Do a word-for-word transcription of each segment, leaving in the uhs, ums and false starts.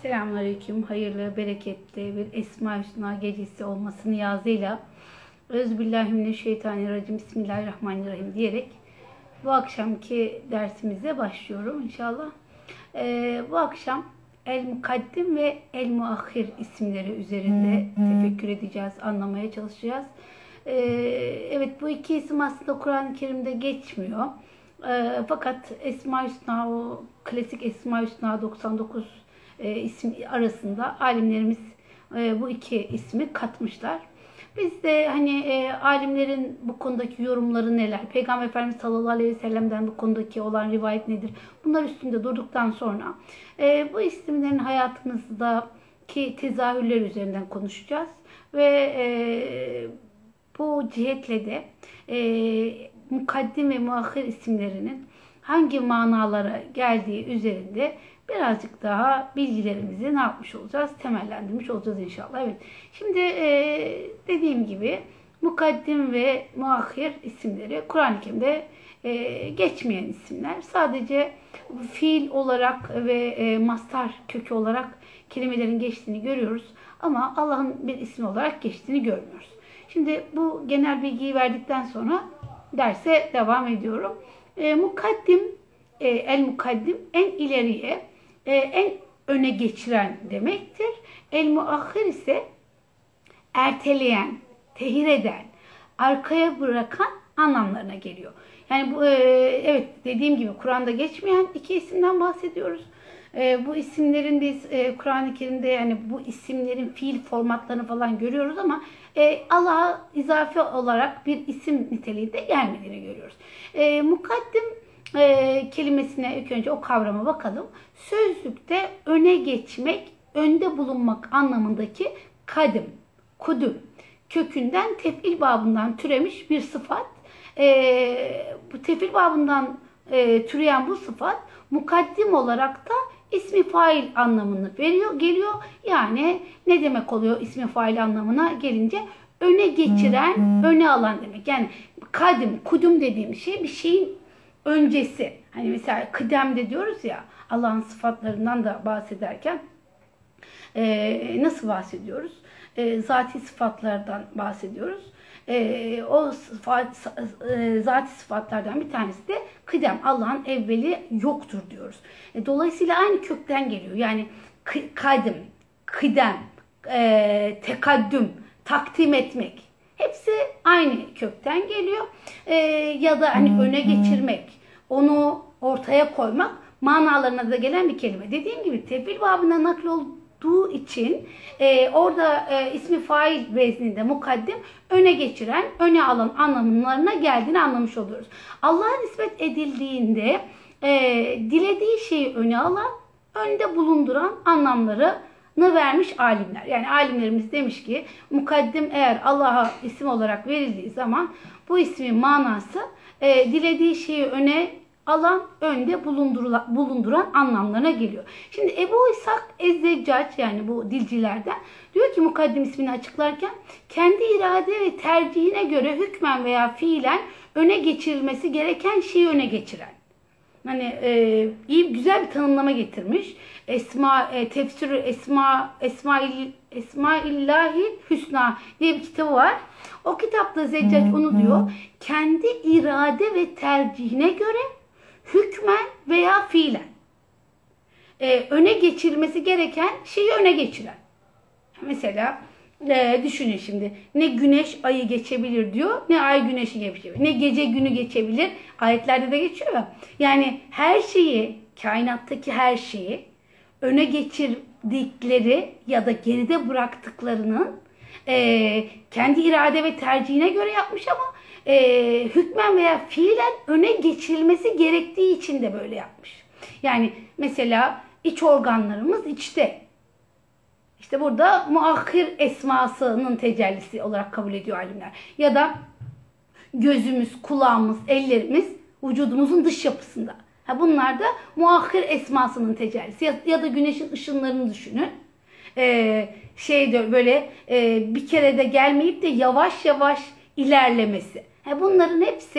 Selamünaleyküm. Hayırlı, bereketli bir Esma-i Hüsna gecesi olması niyazıyla Özbillahimineşşeytanirracim. Bismillahirrahmanirrahim diyerek bu akşamki dersimize başlıyorum inşallah. Ee, bu akşam El Mukaddim ve El Muahhir isimleri üzerinde tefekkür edeceğiz, anlamaya çalışacağız. Ee, evet, bu iki isim aslında Kur'an-ı Kerim'de geçmiyor. Ee, fakat Esma-i Hüsna, o klasik Esma-i Hüsna doksan dokuz e, isim arasında alimlerimiz e, bu iki ismi katmışlar. Biz de hani e, alimlerin bu konudaki yorumları neler, Peygamber Efendimiz sallallahu aleyhi ve sellem'den bu konudaki olan rivayet nedir, bunlar üstünde durduktan sonra e, bu isimlerin hayatımızdaki tezahürler üzerinden konuşacağız ve e, bu cihetle de e, mukaddim ve muahhir isimlerinin hangi manalara geldiği üzerinde birazcık daha bilgilerimizi ne yapmış olacağız? Temellendirmiş olacağız inşallah. Evet. Şimdi e, dediğim gibi mukaddim ve muahhir isimleri Kur'an-ı Kerim'de e, geçmeyen isimler. Sadece fiil olarak ve e, mastar kökü olarak kelimelerin geçtiğini görüyoruz. Ama Allah'ın bir ismi olarak geçtiğini görmüyoruz. Şimdi bu genel bilgiyi verdikten sonra derse devam ediyorum. E, mukaddim, e, el mukaddim en ileriye, e, en öne geçiren demektir. El muahhir ise erteleyen, tehir eden, arkaya bırakan anlamlarına geliyor. Yani bu e, evet, dediğim gibi Kur'an'da geçmeyen iki isimden bahsediyoruz. E, bu isimlerin biz e, Kur'an-ı Kerim'de yani bu isimlerin fiil formatlarını falan görüyoruz ama e, Allah'a izafe olarak bir isim niteliğinde gelmediğini görüyoruz. E, mukaddim e, kelimesine ilk önce o kavrama bakalım. Sözlükte öne geçmek, önde bulunmak anlamındaki kadim, kudüm kökünden tef'il babından türemiş bir sıfat. E, bu tef'il babından e, türeyen bu sıfat mukaddim olarak da ismi fail anlamını veriyor, geliyor. Yani ne demek oluyor ismi fail anlamına gelince? Öne geçiren, öne alan demek. Yani kadim, kudüm dediğim şey bir şeyin öncesi. Hani mesela kıdem de diyoruz ya, Allah'ın sıfatlarından da bahsederken e, nasıl bahsediyoruz? E, zati sıfatlardan bahsediyoruz. E, o sıfat, e, zati sıfatlardan bir tanesi de kıdem. Allah'ın evveli yoktur diyoruz. E, dolayısıyla aynı kökten geliyor. Yani kadim, kıdem, e, tekaddüm, takdim etmek. Hepsi aynı kökten geliyor. E, ya da hani öne geçirmek, onu ortaya koymak manalarına da gelen bir kelime. Dediğim gibi tef'il babına naklolduğu için e, orada e, ismi fail vezninde mukaddim öne geçiren, öne alan anlamlarına geldiğini anlamış oluyoruz. Allah'a nispet edildiğinde e, dilediği şeyi öne alan, önde bulunduran anlamları vermiş alimler. Yani alimlerimiz demiş ki mukaddim eğer Allah'a isim olarak verildiği zaman bu ismin manası e, dilediği şeyi öne alan, önde bulunduran anlamlarına geliyor. Şimdi Ebu İshak Ez-Zeccac, yani bu dilcilerden, diyor ki mukaddim ismini açıklarken kendi irade ve tercihine göre hükmen veya fiilen öne geçirilmesi gereken şeyi öne geçiren. Hani e, iyi güzel bir tanımlama getirmiş. Esma e, tefsirü Esma Esmail Esmaillahi Hüsna diye bir kitabı var. O kitapta Zeccac onu diyor. Kendi irade ve tercihine göre hükmen veya fiilen e, öne geçirilmesi gereken şeyi öne geçiren. Mesela e, düşünün şimdi, ne güneş ayı geçebilir diyor, ne ay güneşi geçebilir, ne gece günü geçebilir. Ayetlerde de geçiyor ya. Yani her şeyi, kainattaki her şeyi öne geçirdikleri ya da geride bıraktıklarının e, kendi irade ve tercihine göre yapmış ama e, hükmen veya fiilen öne geçirilmesi gerektiği için de böyle yapmış. Yani mesela iç organlarımız içte. İşte burada muahhir esmasının tecellisi olarak kabul ediyor alimler. Ya da gözümüz, kulağımız, ellerimiz vücudumuzun dış yapısında. Ha, bunlar da muahhir esmasının tecellisi. Ya, ya da güneşin ışınlarını düşünün. Ee, şey de böyle e, bir kere de gelmeyip de yavaş yavaş ilerlemesi. Ha, bunların hepsi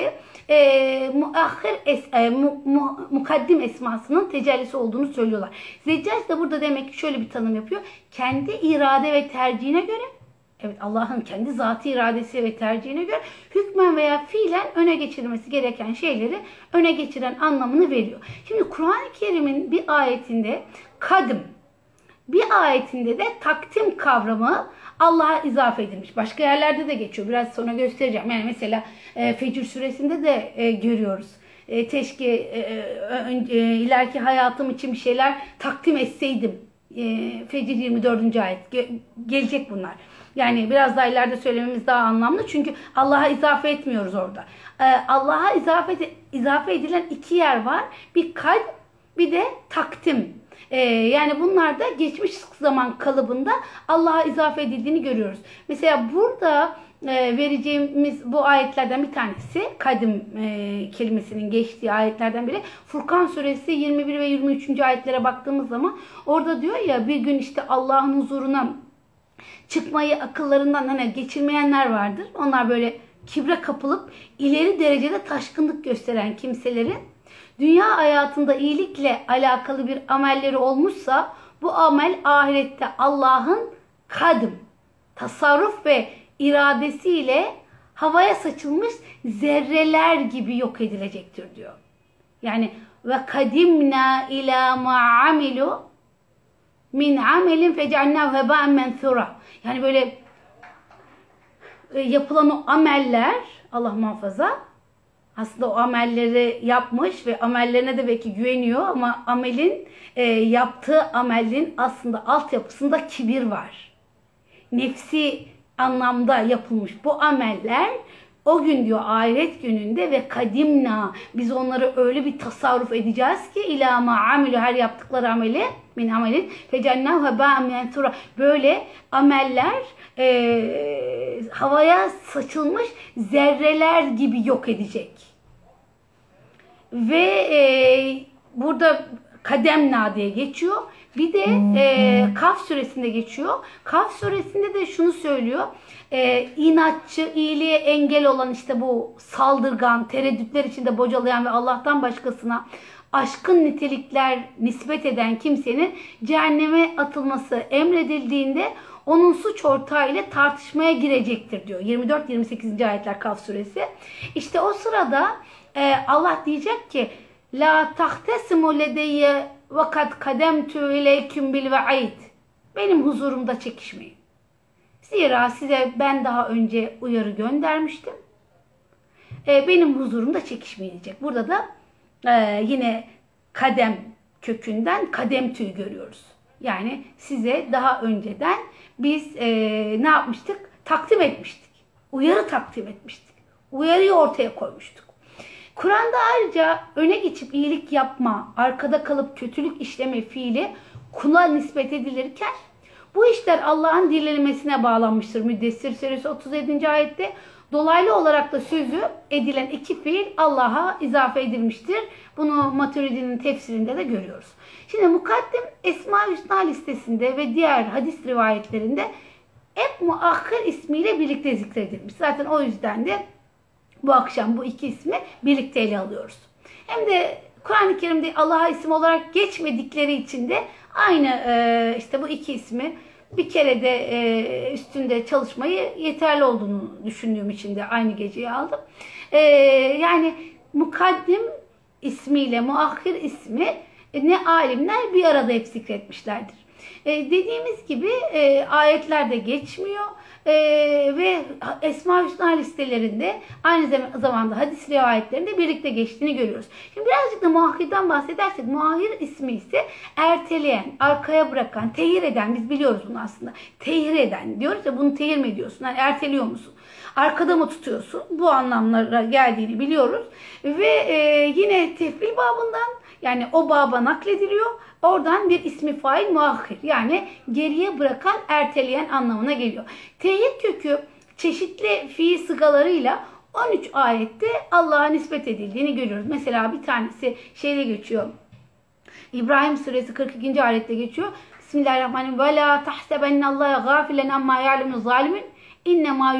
e, muahhir es, e, mu, mu, mukaddim esmasının tecellisi olduğunu söylüyorlar. Zeccac da burada demek ki şöyle bir tanım yapıyor. Kendi irade ve tercihine göre, evet Allah'ın kendi zatı iradesi ve tercihine göre hükmen veya fiilen öne geçirilmesi gereken şeyleri öne geçiren anlamını veriyor. Şimdi Kur'an-ı Kerim'in bir ayetinde kadim, bir ayetinde de takdim kavramı Allah'a izafe edilmiş. Başka yerlerde de geçiyor. Biraz sonra göstereceğim. Yani mesela e, Fecr suresinde de e, görüyoruz. E, keşke e, e, ileriki hayatım için bir şeyler takdim etseydim. E, Fecr yirmi dördüncü ayet. Ge, gelecek bunlar. Yani biraz daha ileride söylememiz daha anlamlı. Çünkü Allah'a izafe etmiyoruz orada. E, Allah'a izafe, izafe edilen iki yer var. Bir kalp, bir de takdim. Ee, yani bunlar da geçmiş zaman kalıbında Allah'a izafe edildiğini görüyoruz. Mesela burada e, vereceğimiz bu ayetlerden bir tanesi, kadim e, kelimesinin geçtiği ayetlerden biri. Furkan suresi yirmi bir ve yirmi üçüncü ayetlere baktığımız zaman orada diyor ya, bir gün işte Allah'ın huzuruna çıkmayı akıllarından hani geçirmeyenler vardır. Onlar böyle kibre kapılıp ileri derecede taşkınlık gösteren kimselerin dünya hayatında iyilikle alakalı bir amelleri olmuşsa bu amel ahirette Allah'ın kadim, tasarruf ve iradesiyle havaya saçılmış zerreler gibi yok edilecektir diyor. Yani ve kadimna ila ma amilu min amelin fecealnahu heba'en mensura. Yani böyle yapılan o ameller, Allah muhafaza, aslında o amelleri yapmış ve amellerine de belki güveniyor ama amelin e, yaptığı amelin aslında altyapısında kibir var. Nefsi anlamda yapılmış bu ameller o gün diyor ahiret gününde ve kadimna, biz onları öyle bir tasarruf edeceğiz ki ila ma amilu, her yaptıkları ameli min amelin fecennahu heba'en mensura, böyle ameller e, havaya saçılmış zerreler gibi yok edecek. Ve e, burada kademna diye geçiyor. Bir de e, Kaf suresinde geçiyor. Kaf suresinde de şunu söylüyor. E, inatçı, iyiliğe engel olan, işte bu saldırgan, tereddütler içinde bocalayan ve Allah'tan başkasına aşkın nitelikler nispet eden kimsenin cehenneme atılması emredildiğinde onun suç ortağı ile tartışmaya girecektir diyor. yirmi dört yirmi sekizinci ayetler Kaf suresi. İşte o sırada e, Allah diyecek ki la tahtesimu ledeyye ve kad kademtu ileyküm bil ve'id. Benim huzurumda çekişmeyin. Zira size ben daha önce uyarı göndermiştim. E, benim huzurumda çekişmeyecek. Burada da e, yine kadem kökünden kadem tüyü görüyoruz. Yani size daha önceden biz e, ne yapmıştık? Takdim etmiştik. Uyarı takdim etmiştik. Uyarıyı ortaya koymuştuk. Kur'an'da ayrıca öne geçip iyilik yapma, arkada kalıp kötülük işleme fiili kula nispet edilirken bu işler Allah'ın dilenmesine bağlanmıştır. Müddessir suresi otuz yedinci ayette dolaylı olarak da sözü edilen iki fiil Allah'a izafe edilmiştir. Bunu Maturidi'nin tefsirinde de görüyoruz. Şimdi mukaddim Esma-i Hüsna listesinde ve diğer hadis rivayetlerinde hep muahhir ismiyle birlikte zikredilmiş. Zaten o yüzden de bu akşam bu iki ismi birlikte ele alıyoruz. Hem de Kur'an-ı Kerim'de Allah'a isim olarak geçmedikleri için de aynı e, işte bu iki ismi bir kere de e, üstünde çalışmayı yeterli olduğunu düşündüğüm için de aynı geceyi aldım. E, yani mukaddim ismiyle muahhir ismi e, ne alimler bir arada hep zikretmişlerdir. E, dediğimiz gibi e, ayetlerde geçmiyor. Ee, ve Esma-i Hüsna listelerinde aynı zamanda hadis rivayetlerinde birlikte geçtiğini görüyoruz. Şimdi birazcık da muahhirden bahsedersek, muahhir ismi ise erteleyen, arkaya bırakan, tehir eden, biz biliyoruz bunu aslında. Tehir eden diyoruz ya, bunu tehir mi ediyorsun? Yani erteliyor musun? Arkada mı tutuyorsun? Bu anlamlara geldiğini biliyoruz. Ve e, yine tefbil babından, yani o baba naklediliyor. Oradan bir ismi fail muahhir, yani geriye bırakan, erteleyen anlamına geliyor. Tehir kökü çeşitli fiil sıgalarıyla on üç ayette Allah'a nispet edildiğini görüyoruz. Mesela bir tanesi şeyde geçiyor. İbrahim suresi kırk ikinci ayette geçiyor. Bismillahirrahmanirrahim. Ve la tahsebennallaha gafilen amma ya'lemu zalimin İnnemâ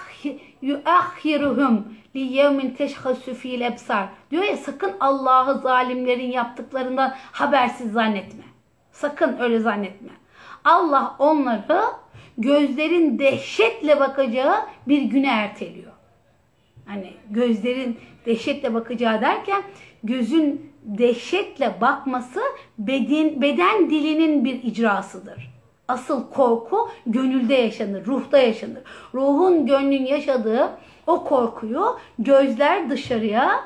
yuahhiruhum li yevmin teşhasu fîl ebsar. Diyor ya, sakın Allah'ı zalimlerin yaptıklarından habersiz zannetme. Sakın öyle zannetme. Allah onları gözlerin dehşetle bakacağı bir güne erteliyor. Hani gözlerin dehşetle bakacağı derken gözün dehşetle bakması beden, beden dilinin bir icrasıdır. Asıl korku gönülde yaşanır, ruhta yaşanır. Ruhun, gönlün yaşadığı o korkuyu gözler dışarıya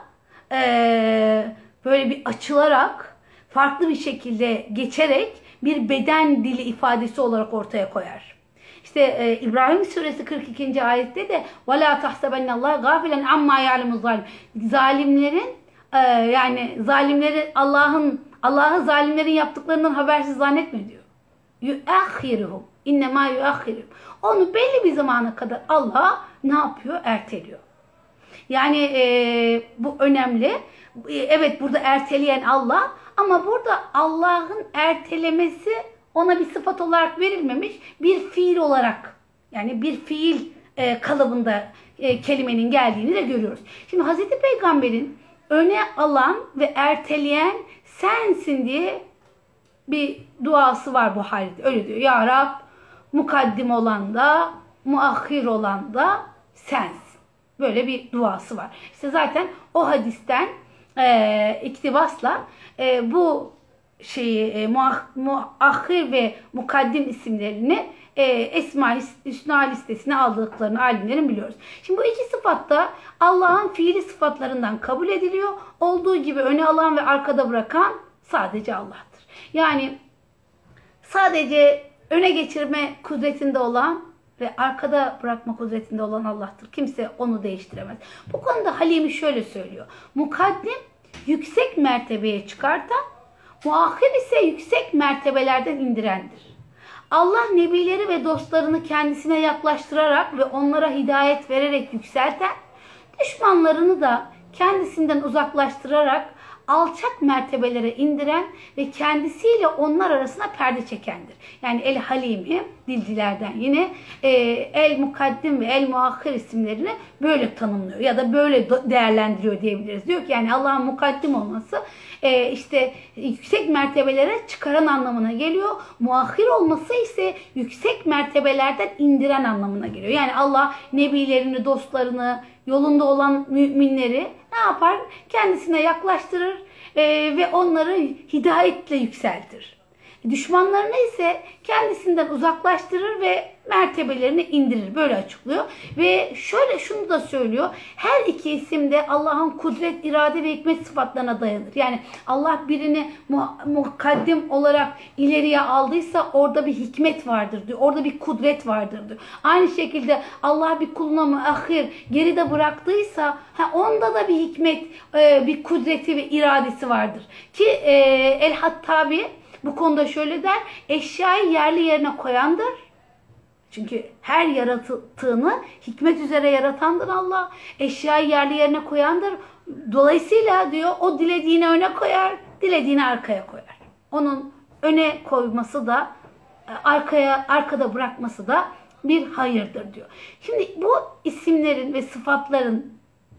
e, böyle bir açılarak, farklı bir şekilde geçerek bir beden dili ifadesi olarak ortaya koyar. İşte e, İbrahim Suresi kırk ikinci ayette de وَلَا تَحْسَبَنَّ اللّٰهَ غَافِلًا عَمَّا يَعْلَمُ الظَّالِمِ. Zalimlerin e, yani zalimleri Allah'ın Allah'ı zalimlerin yaptıklarından habersiz zannetme diyor. يُؤَخِّرُهُمْ اِنَّمَا يُؤَخِّرُهُمْ. Onu belli bir zamana kadar Allah ne yapıyor? Erteliyor. Yani e, bu önemli. E, evet, burada erteleyen Allah, ama burada Allah'ın ertelemesi ona bir sıfat olarak verilmemiş, bir fiil olarak, yani bir fiil e, kalıbında e, kelimenin geldiğini de görüyoruz. Şimdi Hazreti Peygamber'in öne alan ve erteleyen sensin diye bir duası var Buhari'de. Öyle diyor. Ya Rab, mukaddim olan da, muahhir olan da sensin. Böyle bir duası var. İşte zaten o hadisten e, iktibasla e, bu şeyi e, muah, muahhir ve mukaddim isimlerini e, Esma-i Hüsna listesine aldıklarını alimlerin biliyoruz. Şimdi bu iki sıfatta Allah'ın fiili sıfatlarından kabul ediliyor. Olduğu gibi öne alan ve arkada bırakan sadece Allah'tır. Yani sadece öne geçirme kudretinde olan ve arkada bırakma kudretinde olan Allah'tır. Kimse onu değiştiremez. Bu konuda Halimi şöyle söylüyor. Mukaddim yüksek mertebeye çıkartan, muahhir ise yüksek mertebelerden indirendir. Allah nebileri ve dostlarını kendisine yaklaştırarak ve onlara hidayet vererek yükselten, düşmanlarını da kendisinden uzaklaştırarak alçak mertebelere indiren ve kendisiyle onlar arasına perde çekendir. Yani El Halimi, dilcilerden yine e, El Mukaddim ve El Muahhir isimlerini böyle tanımlıyor ya da böyle değerlendiriyor diyebiliriz. Diyor ki yani Allah'ın mukaddim olması e, işte yüksek mertebelere çıkaran anlamına geliyor. Muahhir olması ise yüksek mertebelerden indiren anlamına geliyor. Yani Allah nebilerini, dostlarını, yolunda olan müminleri ne yapar? Kendisine yaklaştırır e, ve onları hidayetle yükseltir. Düşmanlarını ise kendisinden uzaklaştırır ve mertebelerini indirir. Böyle açıklıyor. Ve şöyle şunu da söylüyor. Her iki isim de Allah'ın kudret, irade ve hikmet sıfatlarına dayanır. Yani Allah birini mukaddim olarak ileriye aldıysa orada bir hikmet vardır diyor. Orada bir kudret vardır diyor. Aynı şekilde Allah bir kuluna muahhir geride bıraktıysa ha, onda da bir hikmet, bir kudreti ve iradesi vardır. Ki El-Hattabi bu konuda şöyle der, eşyayı yerli yerine koyandır. Çünkü her yarattığını hikmet üzere yaratandır Allah. Eşyayı yerli yerine koyandır. Dolayısıyla diyor o dilediğini öne koyar, dilediğini arkaya koyar. Onun öne koyması da arkaya arkada bırakması da bir hayırdır diyor. Şimdi bu isimlerin ve sıfatların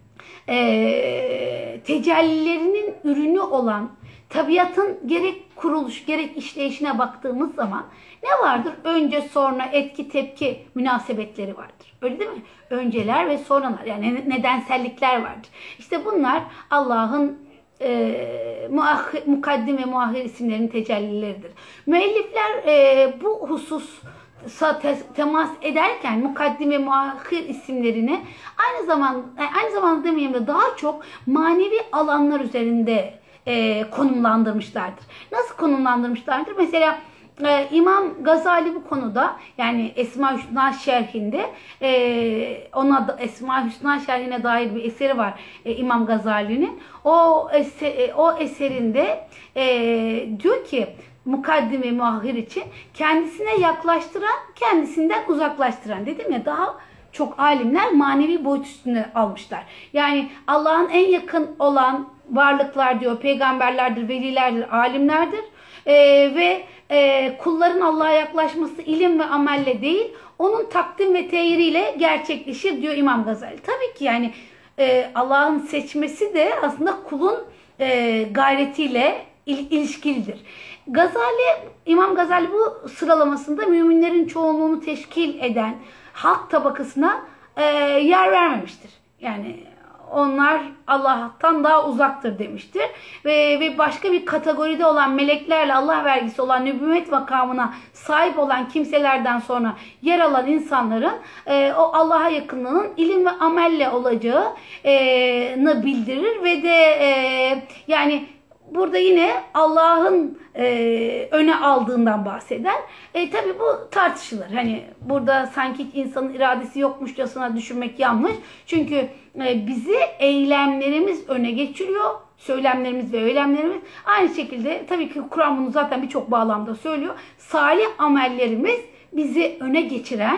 e, tecellilerinin ürünü olan tabiatın gerek kuruluş gerek işleyişine baktığımız zaman ne vardır? Önce sonra etki tepki münasebetleri vardır. Öyle değil mi? Önceler ve sonralar, yani nedensellikler vardır. İşte bunlar Allah'ın e, muahhir, mukaddim ve muahhir isimlerinin tecellileridir. Müellifler e, bu husus temas ederken mukaddim ve muahhir isimlerini aynı zaman aynı zamanda demeyeyim de daha çok manevi alanlar üzerinde E, konumlandırmışlardır. Nasıl konumlandırmışlardır? Mesela e, İmam Gazali bu konuda, yani Esma-i Hüsna şerhinde e, ona da, Esma-i Hüsna şerhine dair bir eseri var e, İmam Gazali'nin. O eser, e, o eserinde e, diyor ki mukaddim ve muahhir için kendisine yaklaştıran, kendisinden uzaklaştıran, dedim ya, daha çok alimler manevi boyut üstüne almışlar. Yani Allah'ın en yakın olan varlıklar diyor, peygamberlerdir, velilerdir, alimlerdir ee, ve e, kulların Allah'a yaklaşması ilim ve amelle değil, onun takdim ve teyiriyle gerçekleşir diyor İmam Gazali. Tabii ki yani e, Allah'ın seçmesi de aslında kulun e, gayretiyle il, ilişkilidir. Gazali, İmam Gazali bu sıralamasında müminlerin çoğunluğunu teşkil eden halk tabakasına e, yer vermemiştir. Yani onlar Allah'tan daha uzaktır demiştir. Ve, ve başka bir kategoride olan meleklerle Allah vergisi olan nübüvvet makamına sahip olan kimselerden sonra yer alan insanların e, o Allah'a yakınlığının ilim ve amelle olacağını bildirir ve de e, yani burada yine Allah'ın e, öne aldığından bahseder. E, tabii bu tartışılır. Hani burada sanki insanın iradesi yokmuşçasına düşünmek yanlış. Çünkü e, bizi eylemlerimiz öne geçiriyor. Söylemlerimiz ve eylemlerimiz. Aynı şekilde tabii ki Kur'an bunu zaten birçok bağlamda söylüyor. Salih amellerimiz bizi öne geçiren,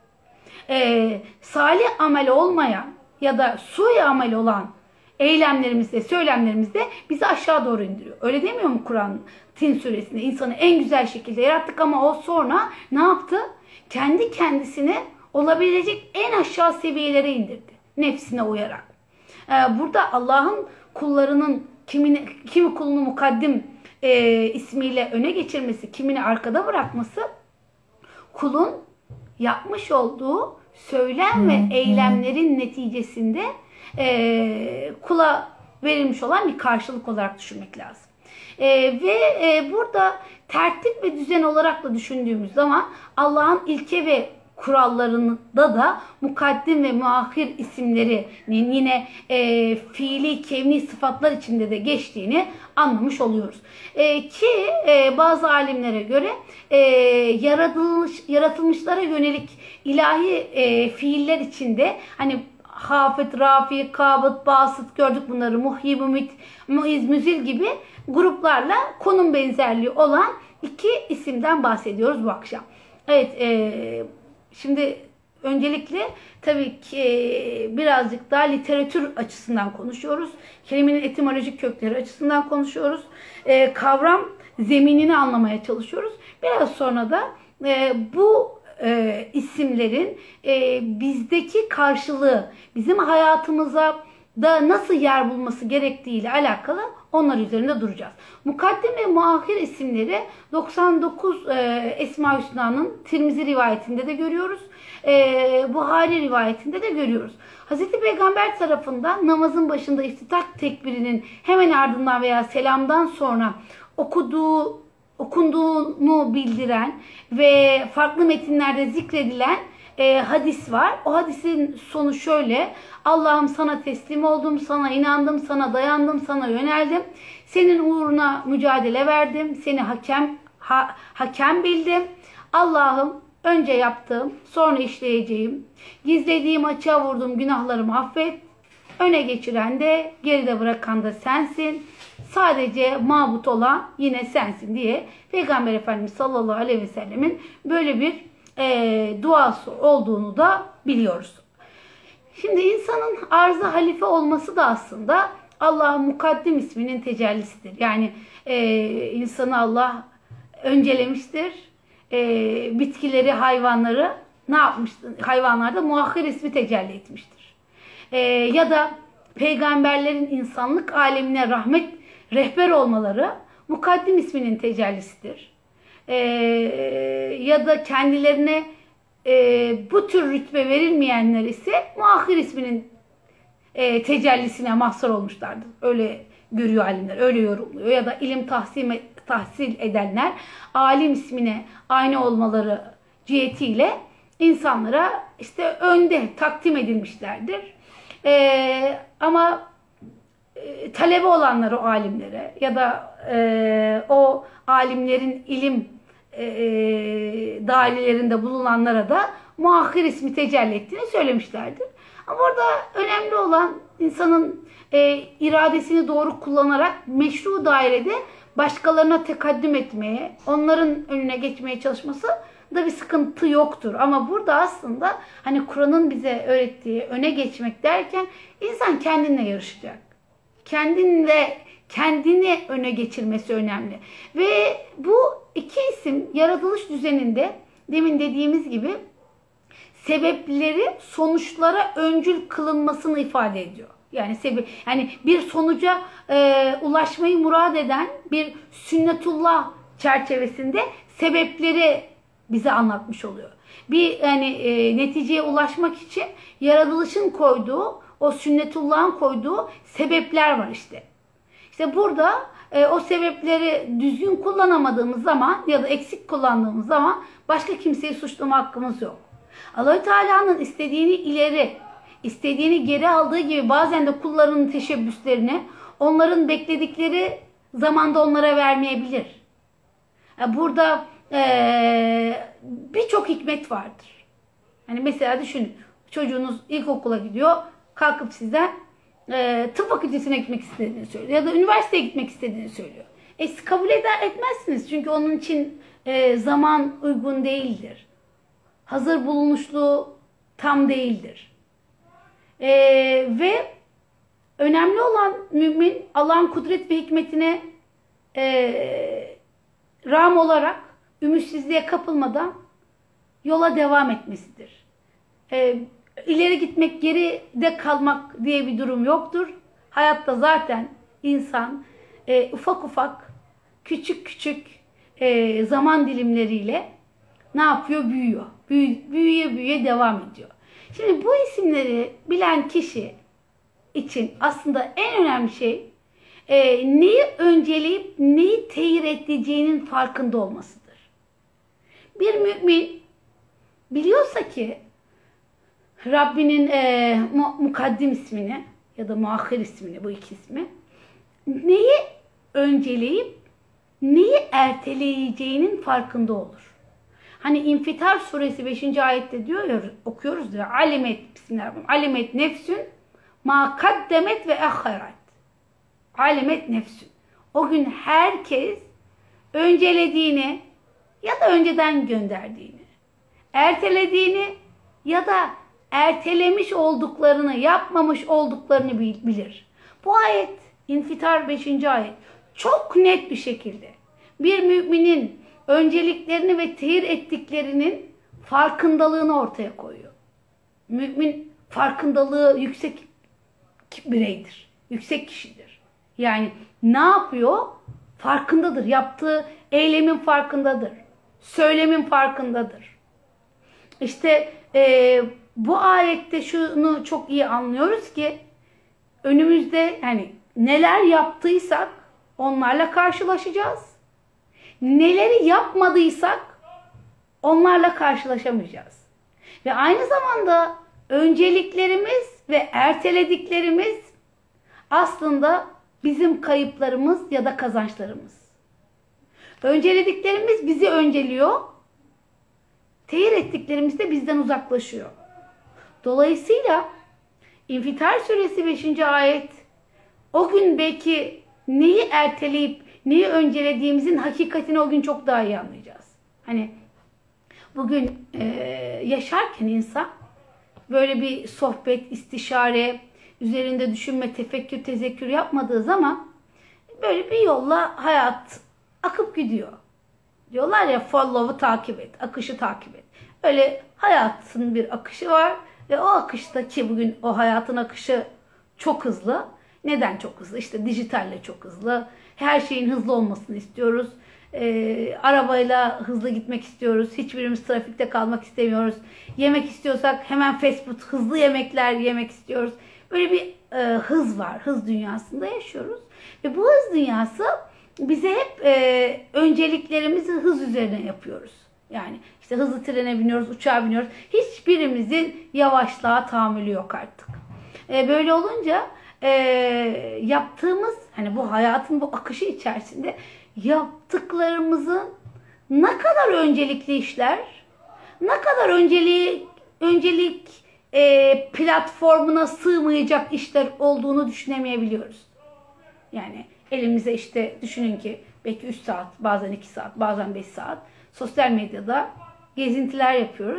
e, salih amel olmayan ya da sui amel olan eylemlerimizde, söylemlerimizde bizi aşağı doğru indiriyor. Öyle demiyor mu Kur'an Tin suresinde? İnsanı en güzel şekilde yarattık ama o sonra ne yaptı? Kendi kendisini olabilecek en aşağı seviyelere indirdi. Nefsine uyarak. Ee, burada Allah'ın kullarının kimini, kimi kulunu mukaddim e, ismiyle öne geçirmesi, kimini arkada bırakması kulun yapmış olduğu söylem ve eylemlerin neticesinde E, kula verilmiş olan bir karşılık olarak düşünmek lazım. E, ve e, burada tertip ve düzen olarak da düşündüğümüz zaman Allah'ın ilke ve kurallarında da mukaddim ve muahhir isimlerinin yine e, fiili, kevni sıfatlar içinde de geçtiğini anlamış oluyoruz. E, ki e, bazı alimlere göre e, yaratılmış, yaratılmışlara yönelik ilahi e, fiiller içinde hani Hafet, Rafi, Kabıt, Basit gördük bunları. Muhyi, Mumit, Muiz, Müzil gibi gruplarla konum benzerliği olan iki isimden bahsediyoruz bu akşam. Evet, e, şimdi öncelikle tabii ki e, birazcık daha literatür açısından konuşuyoruz. Kelimenin etimolojik kökleri açısından konuşuyoruz. E, kavram zeminini anlamaya çalışıyoruz. Biraz sonra da e, bu E, isimlerin e, bizdeki karşılığı, bizim hayatımıza da nasıl yer bulması gerektiği ile alakalı onlar üzerinde duracağız. Mukaddim ve muahhir isimleri doksan dokuz e, Esma-i Hüsna'nın Tirmizi rivayetinde de görüyoruz. E, Buhari rivayetinde de görüyoruz. Hazreti Peygamber tarafından namazın başında iftitah tekbirinin hemen ardından veya selamdan sonra okuduğu okunduğunu bildiren ve farklı metinlerde zikredilen e, hadis var. O hadisin sonu şöyle: Allah'ım sana teslim oldum, sana inandım, sana dayandım, sana yöneldim. Senin uğruna mücadele verdim, seni hakem ha, hakem bildim. Allah'ım önce yaptığım, sonra işleyeceğim, gizlediğim açığa vurduğum günahlarımı affet. Öne geçiren de geride bırakan da sensin. Sadece mabut olan yine sensin diye Peygamber Efendimiz sallallahu aleyhi ve sellemin böyle bir e, duası olduğunu da biliyoruz. Şimdi insanın arz-ı halife olması da aslında Allah'ın mukaddim isminin tecellisidir. Yani e, insanı Allah öncelemiştir. E, bitkileri, hayvanları ne yapmıştır? Hayvanlarda muahhir ismi tecelli etmiştir. E, ya da peygamberlerin insanlık alemine rahmet rehber olmaları mukaddim isminin tecellisidir. Ee, ya da kendilerine e, bu tür rütbe verilmeyenler ise muahhir isminin e, tecellisine mahsur olmuşlardır. Öyle görüyor alimler, öyle yorumluyor. Ya da ilim tahsil, tahsil edenler alim ismine aynı olmaları cihetiyle insanlara işte önde takdim edilmişlerdir. Ee, ama talebe olanlar o alimlere ya da e, o alimlerin ilim e, dairelerinde bulunanlara da muahhir ismi tecelli ettiğini söylemişlerdir. Ama burada önemli olan insanın e, iradesini doğru kullanarak meşru dairede başkalarına tekaddüm etmeye, onların önüne geçmeye çalışması da bir sıkıntı yoktur. Ama burada aslında hani Kur'an'ın bize öğrettiği öne geçmek derken insan kendinle yarışacak. Kendinle kendini öne geçirmesi önemli. Ve bu iki isim isim yaratılış düzeninde demin dediğimiz gibi sebepleri sonuçlara öncül kılınmasını ifade ediyor. Yani sebep, yani bir sonuca e, ulaşmayı murad eden bir sünnetullah çerçevesinde sebepleri bize anlatmış oluyor. Bir yani e, neticeye ulaşmak için yaratılışın koyduğu, o sünnetullah'ın koyduğu sebepler var işte. İşte burada e, o sebepleri düzgün kullanamadığımız zaman ya da eksik kullandığımız zaman başka kimseyi suçlama hakkımız yok. Allah-u Teala'nın istediğini ileri, istediğini geri aldığı gibi bazen de kullarının teşebbüslerini onların bekledikleri zamanda onlara vermeyebilir. Yani burada e, birçok hikmet vardır. Hani mesela düşünün, çocuğunuz ilkokula gidiyor, kalkıp sizden e, tıp fakültesine gitmek istediğini söylüyor ya da üniversiteye gitmek istediğini söylüyor. E siz kabul eder etmezsiniz çünkü onun için e, zaman uygun değildir. Hazır bulunuşluğu tam değildir. E, ve önemli olan mümin Allah'ın kudret ve hikmetine e, rağm olarak ümitsizliğe kapılmadan yola devam etmesidir. E, ileri gitmek, geride kalmak diye bir durum yoktur. Hayatta zaten insan e, ufak ufak, küçük küçük e, zaman dilimleriyle ne yapıyor? Büyüyor. Büyü, büyüye büyüye devam ediyor. Şimdi bu isimleri bilen kişi için aslında en önemli şey e, neyi önceleyip neyi teyir edeceğinin farkında olmasıdır. Bir mümin biliyorsa ki Rabbinin e, mukaddim ismini ya da muahhir ismini, bu iki ismi, neyi önceleyip neyi erteleyeceğinin farkında olur. Hani İnfitar suresi beşinci ayette diyor ya, okuyoruz ya, alimet, bismillahirrahmanirrahim, alimet nefsün ma kaddemet ve ahharat. Alimet nefsün. O gün herkes öncelediğini ya da önceden gönderdiğini, ertelediğini ya da ertelemiş olduklarını, yapmamış olduklarını bilir. Bu ayet, İnfitar beşinci ayet, çok net bir şekilde bir müminin önceliklerini ve tehir ettiklerinin farkındalığını ortaya koyuyor. Mümin farkındalığı yüksek bireydir, yüksek kişidir. Yani ne yapıyor? Farkındadır. Yaptığı eylemin farkındadır. Söylemin farkındadır. İşte e, bu ayette şunu çok iyi anlıyoruz ki önümüzde yani neler yaptıysak onlarla karşılaşacağız. Neleri yapmadıysak onlarla karşılaşamayacağız. Ve aynı zamanda önceliklerimiz ve ertelediklerimiz aslında bizim kayıplarımız ya da kazançlarımız. Öncelediklerimiz bizi önceliyor. Tehir ettiklerimiz de bizden uzaklaşıyor. Dolayısıyla İnfitar suresi beşinci ayet o gün belki neyi erteleyip neyi öncelediğimizin hakikatini o gün çok daha iyi anlayacağız. Hani bugün e, yaşarken insan böyle bir sohbet, istişare, üzerinde düşünme, tefekkür, tezekkür yapmadığı zaman böyle bir yolla hayat akıp gidiyor. Diyorlar ya, follow'u takip et, akışı takip et. Öyle hayatın bir akışı var ve o akıştaki bugün o hayatın akışı çok hızlı. Neden çok hızlı? İşte dijitalle çok hızlı. Her şeyin hızlı olmasını istiyoruz. Ee, arabayla hızlı gitmek istiyoruz. Hiçbirimiz trafikte kalmak istemiyoruz. Yemek istiyorsak hemen fast food, hızlı yemekler yemek istiyoruz. Böyle bir e, hız var. Hız dünyasında yaşıyoruz. Ve bu hız dünyası bize hep e, önceliklerimizi hız üzerine yapıyoruz. Yani işte hızlı trene biniyoruz, uçağa biniyoruz. Hiçbirimizin yavaşlığa tahammülü yok artık. E, böyle olunca e, yaptığımız, hani bu hayatın bu akışı içerisinde yaptıklarımızın ne kadar öncelikli işler, ne kadar önceliği, öncelik e, platformuna sığmayacak işler olduğunu düşünemeyebiliyoruz. Yani elimize işte düşünün ki belki üç saat, bazen iki saat, bazen beş saat sosyal medyada gezintiler yapıyoruz.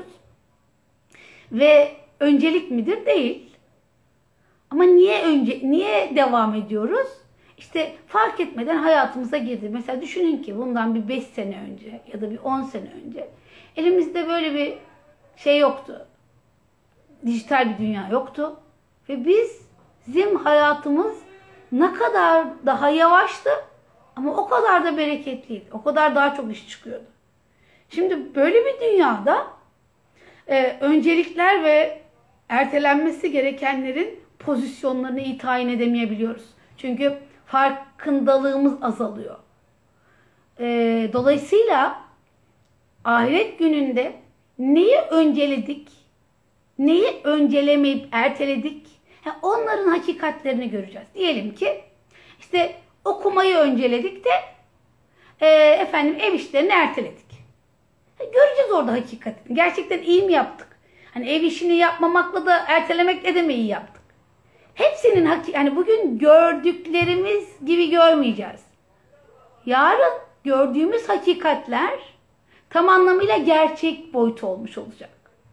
Ve öncelik midir? Değil. Ama niye önce niye devam ediyoruz? işte fark etmeden hayatımıza girdi. Mesela düşünün ki bundan bir beş sene önce ya da bir on sene önce elimizde böyle bir şey yoktu. Dijital bir dünya yoktu. Ve biz, bizim hayatımız ne kadar daha yavaştı ama o kadar da bereketliydi. O kadar daha çok iş çıkıyordu. Şimdi böyle bir dünyada e, öncelikler ve ertelenmesi gerekenlerin pozisyonlarını iyi tayin edemeyebiliyoruz. Çünkü farkındalığımız azalıyor. E, dolayısıyla ahiret gününde neyi önceledik, neyi öncelemeyip erteledik, onların hakikatlerini göreceğiz. Diyelim ki işte okumayı önceledik de e, efendim ev işlerini erteledik. Göreceğiz orada hakikatini. Gerçekten iyi mi yaptık? Hani ev işini yapmamakla da ertelemekle de mi iyi yaptık? Hepsinin hakik hani bugün gördüklerimiz gibi görmeyeceğiz. Yarın gördüğümüz hakikatler tam anlamıyla gerçek boyutu olmuş olacak.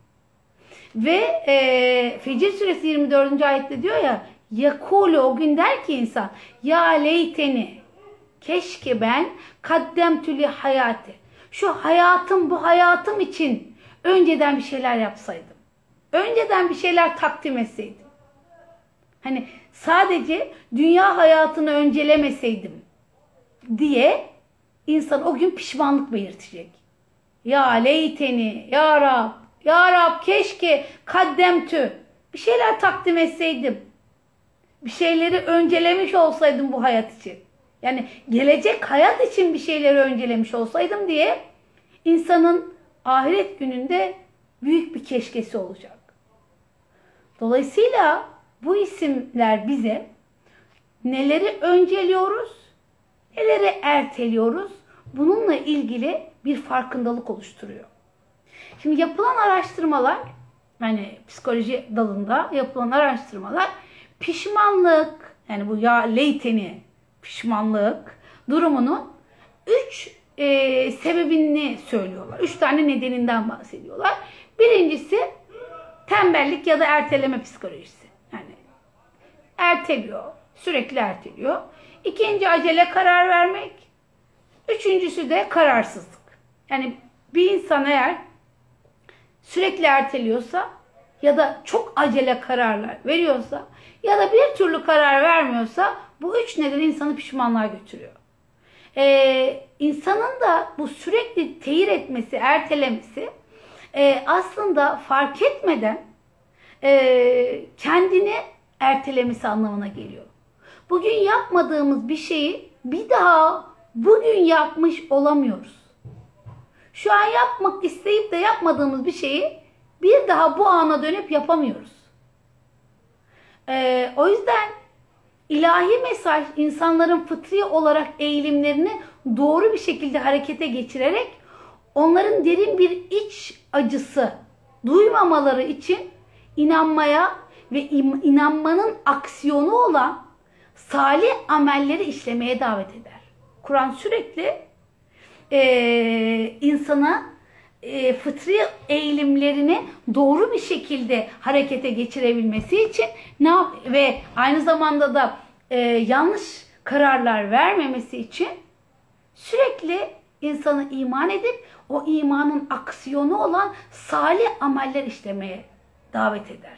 Ve e, Fecir suresi yirmi dördüncü ayette diyor ya, yakulu, o gün der ki insan, ya leyteni, keşke ben kaddemtü li hayati, şu hayatım, bu hayatım için önceden bir şeyler yapsaydım. Önceden bir şeyler takdim etseydim. Hani sadece dünya hayatını öncelemeseydim diye insan o gün pişmanlık belirtecek. Ya leyteni, ya Rab, ya Rab keşke kaddemtü, bir şeyler takdim etseydim. Bir şeyleri öncelemiş olsaydım bu hayat için. Yani gelecek hayat için bir şeyleri öncelemiş olsaydım diye insanın ahiret gününde büyük bir keşkesi olacak. Dolayısıyla bu isimler bize neleri önceliyoruz, neleri erteliyoruz, bununla ilgili bir farkındalık oluşturuyor. Şimdi yapılan araştırmalar, yani psikoloji dalında yapılan araştırmalar pişmanlık, yani bu ya leyteni, pişmanlık durumunun üç e, sebebini söylüyorlar. Üç tane nedeninden bahsediyorlar. Birincisi tembellik ya da erteleme psikolojisi. Yani erteliyor, sürekli erteliyor. İkinci acele karar vermek. Üçüncüsü de kararsızlık. Yani bir insan eğer sürekli erteliyorsa ya da çok acele kararlar veriyorsa ya da bir türlü karar vermiyorsa bu üç neden insanı pişmanlığa götürüyor. Ee, insanın da bu sürekli teyir etmesi, ertelemesi e, aslında fark etmeden e, kendini ertelemesi anlamına geliyor. Bugün yapmadığımız bir şeyi bir daha bugün yapmış olamıyoruz. Şu an yapmak isteyip de yapmadığımız bir şeyi bir daha bu ana dönüp yapamıyoruz. Ee, o yüzden ilahi mesaj insanların fıtri olarak eğilimlerini doğru bir şekilde harekete geçirerek onların derin bir iç acısı duymamaları için inanmaya ve inanmanın aksiyonu olan salih amelleri işlemeye davet eder. Kur'an sürekli e, insana e, fıtri eğilimlerini doğru bir şekilde harekete geçirebilmesi için ne yap ve aynı zamanda da e, yanlış kararlar vermemesi için sürekli insanı iman edip o imanın aksiyonu olan salih ameller işlemeye davet eder.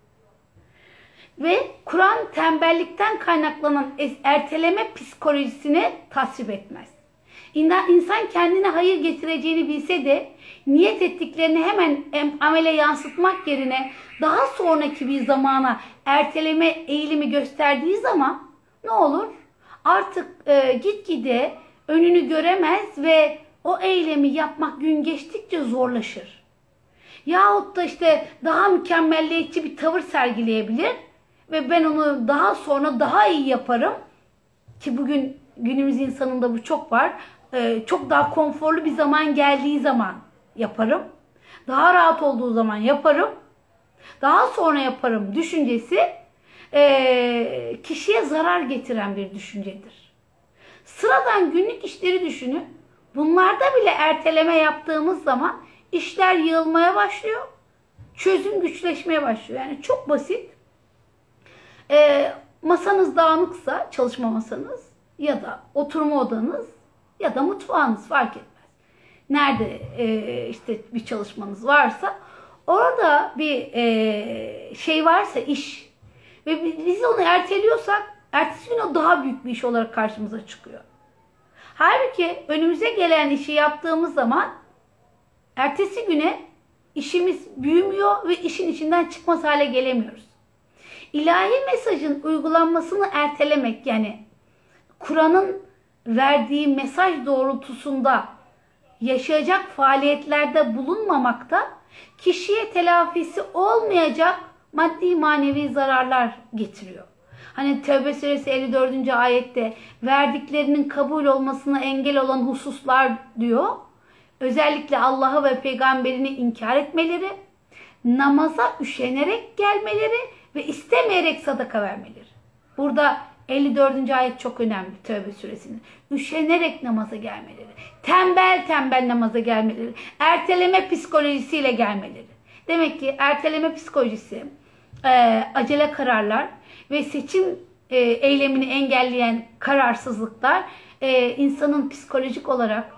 Ve Kur'an tembellikten kaynaklanan erteleme psikolojisini tasvip etmez. İnsan kendine hayır getireceğini bilse de niyet ettiklerini hemen amele yansıtmak yerine daha sonraki bir zamana erteleme eğilimi gösterdiği zaman ne olur? Artık e, gitgide önünü göremez ve o eylemi yapmak gün geçtikçe zorlaşır. Yahut da işte daha mükemmelliyetçi bir tavır sergileyebilir ve ben onu daha sonra daha iyi yaparım ki bugün günümüz insanında bu çok var. Ee, çok daha konforlu bir zaman geldiği zaman yaparım. Daha rahat olduğu zaman yaparım. Daha sonra yaparım düşüncesi e, kişiye zarar getiren bir düşüncedir. Sıradan günlük işleri düşünün. Bunlarda bile erteleme yaptığımız zaman işler yığılmaya başlıyor. Çözüm güçleşmeye başlıyor. Yani çok basit. Ee, masanız dağınıksa, çalışma masanız ya da oturma odanız ya da mutfağınız fark etmez. Nerede e, işte bir çalışmanız varsa orada bir e, şey varsa iş ve biz onu erteliyorsak ertesi gün o daha büyük bir iş olarak karşımıza çıkıyor. Halbuki önümüze gelen işi yaptığımız zaman ertesi güne işimiz büyümüyor ve işin içinden çıkmaz hale gelemiyoruz. İlahi mesajın uygulanmasını ertelemek, yani Kur'an'ın verdiği mesaj doğrultusunda yaşayacak faaliyetlerde bulunmamakta kişiye telafisi olmayacak maddi manevi zararlar getiriyor. Hani Tevbe suresi elli dördüncü ayette verdiklerinin kabul olmasına engel olan hususlar diyor. Özellikle Allah'ı ve peygamberini inkar etmeleri, namaza üşenerek gelmeleri ve istemeyerek sadaka vermeleri. Burada elli dördüncü ayet çok önemli Tevbe suresinin. Üşenerek namaza gelmeleri, tembel tembel namaza gelmeleri, erteleme psikolojisiyle gelmeleri. Demek ki erteleme psikolojisi, e, acele kararlar ve seçim e, eylemini engelleyen kararsızlıklar e, insanın psikolojik olarak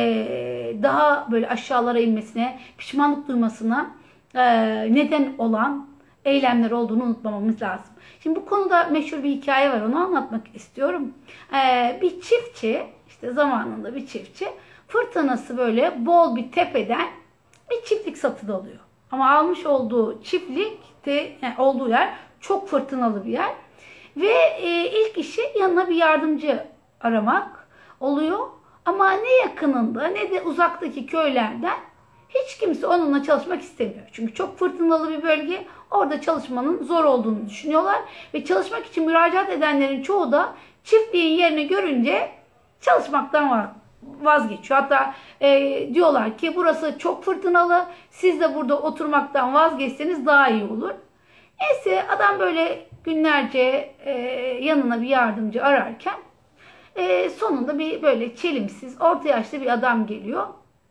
e, daha böyle aşağılara inmesine, pişmanlık duymasına e, neden olan eylemler olduğunu unutmamamız lazım. Şimdi bu konuda meşhur bir hikaye var, onu anlatmak istiyorum. E, bir çiftçi, işte zamanında bir çiftçi fırtınası böyle bol bir tepeden bir çiftlik satın alıyor. Ama almış olduğu çiftlik de, yani olduğu yer çok fırtınalı bir yer. Ve e, ilk işi yanına bir yardımcı aramak oluyor. Ama ne yakınında ne de uzaktaki köylerden hiç kimse onunla çalışmak istemiyor. Çünkü çok fırtınalı bir bölge. Orada çalışmanın zor olduğunu düşünüyorlar. Ve çalışmak için müracaat edenlerin çoğu da çiftliğin yerini görünce çalışmaktan vazgeçiyor. Hatta e, diyorlar ki burası çok fırtınalı. Siz de burada oturmaktan vazgeçseniz daha iyi olur. Neyse adam böyle günlerce e, yanına bir yardımcı ararken e, sonunda bir böyle çelimsiz, orta yaşlı bir adam geliyor.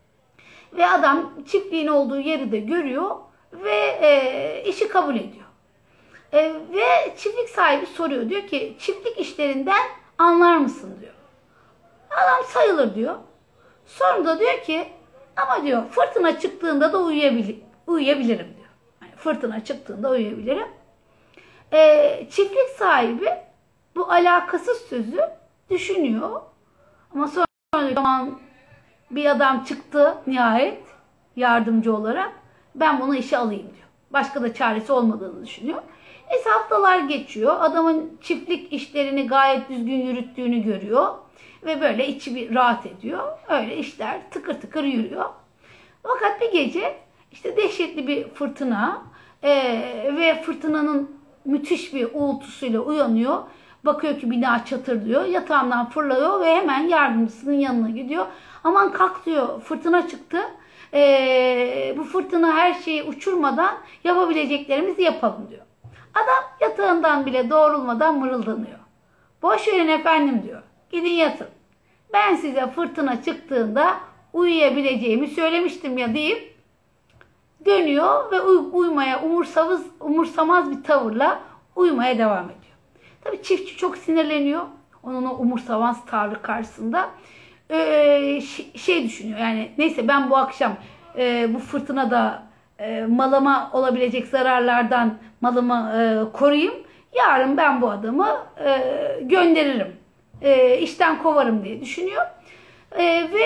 Ve adam çiftliğin olduğu yeri de görüyor ve e, işi kabul ediyor. E, ve çiftlik sahibi soruyor. Diyor ki çiftlik işlerinden anlar mısın diyor. Adam sayılır diyor. Sonra da diyor ki ama diyor fırtına çıktığında da uyuyabilir, uyuyabilirim diyor. Yani fırtına çıktığında uyuyabilirim. E, çiftlik sahibi bu alakasız sözü düşünüyor. Ama sonra zaman bir adam çıktı nihayet yardımcı olarak. Ben bunu işe alayım diyor. Başka da çaresi olmadığını düşünüyor. Neyse haftalar geçiyor. Adamın çiftlik işlerini gayet düzgün yürüttüğünü görüyor. Ve böyle içi bir rahat ediyor. Öyle işler tıkır tıkır yürüyor. Fakat bir gece işte dehşetli bir fırtına e, ve fırtınanın müthiş bir uğultusuyla uyanıyor. Bakıyor ki bina çatırdıyor. Yatağından fırlıyor ve hemen yardımcısının yanına gidiyor. Aman kalk diyor, fırtına çıktı. Ee, bu fırtına her şeyi uçurmadan yapabileceklerimizi yapalım diyor. Adam yatağından bile doğrulmadan mırıldanıyor. Boş verin efendim diyor. Gidin yatın. Ben size fırtına çıktığında uyuyabileceğimi söylemiştim ya deyip dönüyor ve uy- uyumaya umursamaz, umursamaz bir tavırla uyumaya devam ediyor. Tabii çiftçi çok sinirleniyor. Onun o umursamaz tavrı karşısında. Ee, şey düşünüyor yani neyse ben bu akşam e, bu fırtınada e, malıma olabilecek zararlardan malımı e, koruyayım. Yarın ben bu adamı e, gönderirim. E, işten kovarım diye düşünüyor. E, ve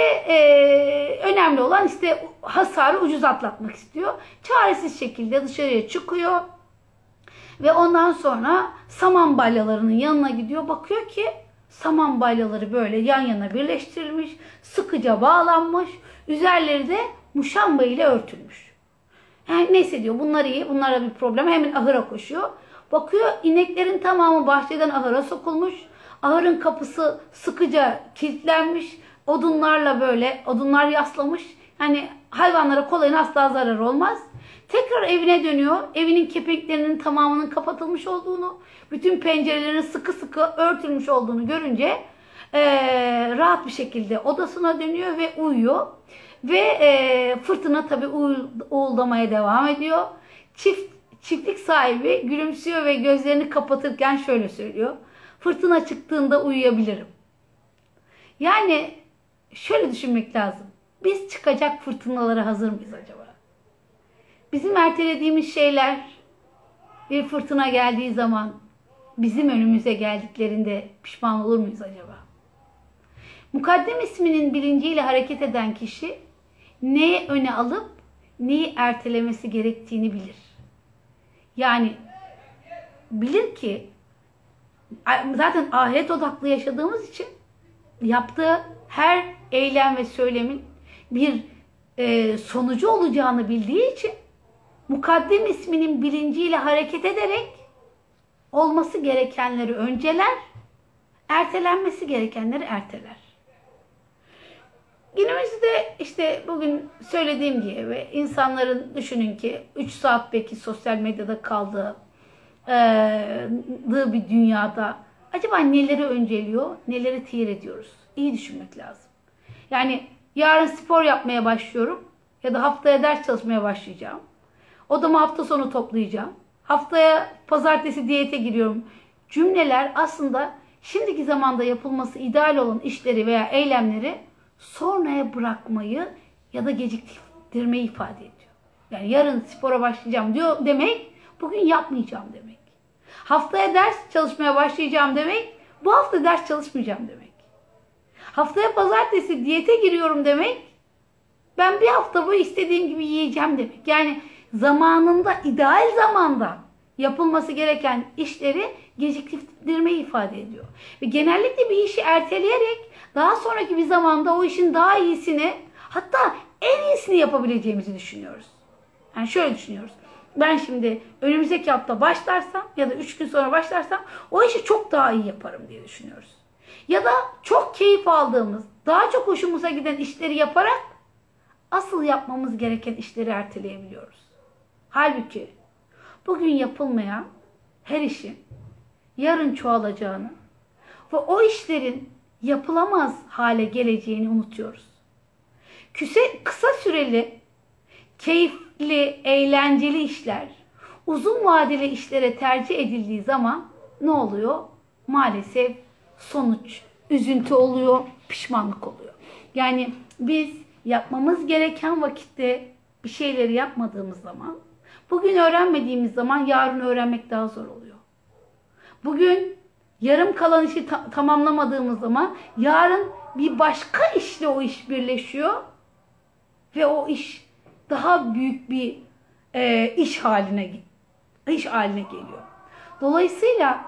e, önemli olan işte hasarı ucuz atlatmak istiyor. Çaresiz şekilde dışarıya çıkıyor. Ve ondan sonra saman balyalarının yanına gidiyor. Bakıyor ki saman balyaları böyle yan yana birleştirilmiş, sıkıca bağlanmış, üzerleri de muşamba ile örtülmüş. Yani neyse diyor bunlar iyi, bunlara bir problem, hemen ahıra koşuyor. Bakıyor ineklerin tamamı bahçeden ahıra sokulmuş, ahırın kapısı sıkıca kilitlenmiş, odunlarla böyle, odunlar yaslamış. Yani hayvanlara kolayına asla zarar olmaz. Tekrar evine dönüyor. Evinin kepenklerinin tamamının kapatılmış olduğunu, bütün pencerelerin sıkı sıkı örtülmüş olduğunu görünce e, rahat bir şekilde odasına dönüyor ve uyuyor. Ve e, fırtına tabii uğuldamaya devam ediyor. Çift, çiftlik sahibi gülümsüyor ve gözlerini kapatırken şöyle söylüyor. Fırtına çıktığında uyuyabilirim. Yani şöyle düşünmek lazım. Biz çıkacak fırtınalara hazır mıyız acaba? Bizim ertelediğimiz şeyler bir fırtına geldiği zaman bizim önümüze geldiklerinde pişman olur muyuz acaba? Mukaddim isminin bilinciyle hareket eden kişi neyi öne alıp neyi ertelemesi gerektiğini bilir. Yani bilir ki zaten ahiret odaklı yaşadığımız için yaptığı her eylem ve söylemin bir e, sonucu olacağını bildiği için Mukaddim isminin bilinciyle hareket ederek olması gerekenleri önceler, ertelenmesi gerekenleri erteler. Günümüzde işte bugün söylediğim gibi insanların düşünün ki üç saat belki sosyal medyada kaldığı e, bir dünyada acaba neleri önceliyor, neleri teyir ediyoruz? İyi düşünmek lazım. Yani yarın spor yapmaya başlıyorum ya da haftaya ders çalışmaya başlayacağım. Odamı hafta sonu toplayacağım. Haftaya pazartesi diyete giriyorum. Cümleler aslında şimdiki zamanda yapılması ideal olan işleri veya eylemleri sonraya bırakmayı ya da geciktirmeyi ifade ediyor. Yani yarın spora başlayacağım diyor demek, bugün yapmayacağım demek. Haftaya ders çalışmaya başlayacağım demek, bu hafta ders çalışmayacağım demek. Haftaya pazartesi diyete giriyorum demek, ben bir hafta bu istediğim gibi yiyeceğim demek. Yani zamanında, ideal zamanda yapılması gereken işleri geciktirmeyi ifade ediyor. Ve genellikle bir işi erteleyerek daha sonraki bir zamanda o işin daha iyisini, hatta en iyisini yapabileceğimizi düşünüyoruz. Yani şöyle düşünüyoruz. Ben şimdi önümüzdeki hafta başlarsam ya da üç gün sonra başlarsam o işi çok daha iyi yaparım diye düşünüyoruz. Ya da çok keyif aldığımız, daha çok hoşumuza giden işleri yaparak asıl yapmamız gereken işleri erteleyebiliyoruz. Halbuki bugün yapılmayan her işin yarın çoğalacağını ve o işlerin yapılamaz hale geleceğini unutuyoruz. Küse, kısa süreli, keyifli, eğlenceli işler uzun vadeli işlere tercih edildiği zaman ne oluyor? Maalesef sonuç üzüntü oluyor, pişmanlık oluyor. Yani biz yapmamız gereken vakitte bir şeyleri yapmadığımız zaman, bugün öğrenmediğimiz zaman yarın öğrenmek daha zor oluyor. Bugün yarım kalan işi ta- tamamlamadığımız zaman yarın bir başka işle o iş birleşiyor ve o iş daha büyük bir e, iş haline iş haline geliyor. Dolayısıyla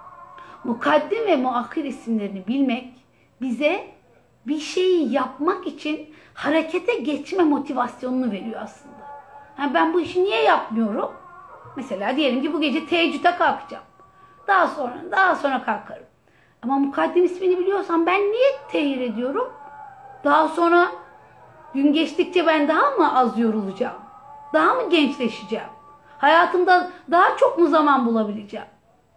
mukaddim ve muahhir isimlerini bilmek bize bir şeyi yapmak için harekete geçme motivasyonunu veriyor aslında. Yani ben bu işi niye yapmıyorum? Mesela diyelim ki bu gece teheccüde kalkacağım. Daha sonra, daha sonra kalkarım. Ama mukaddim ismini biliyorsam ben niye tehir ediyorum? Daha sonra gün geçtikçe ben daha mı az yorulacağım? Daha mı gençleşeceğim? Hayatımda daha çok mu zaman bulabileceğim?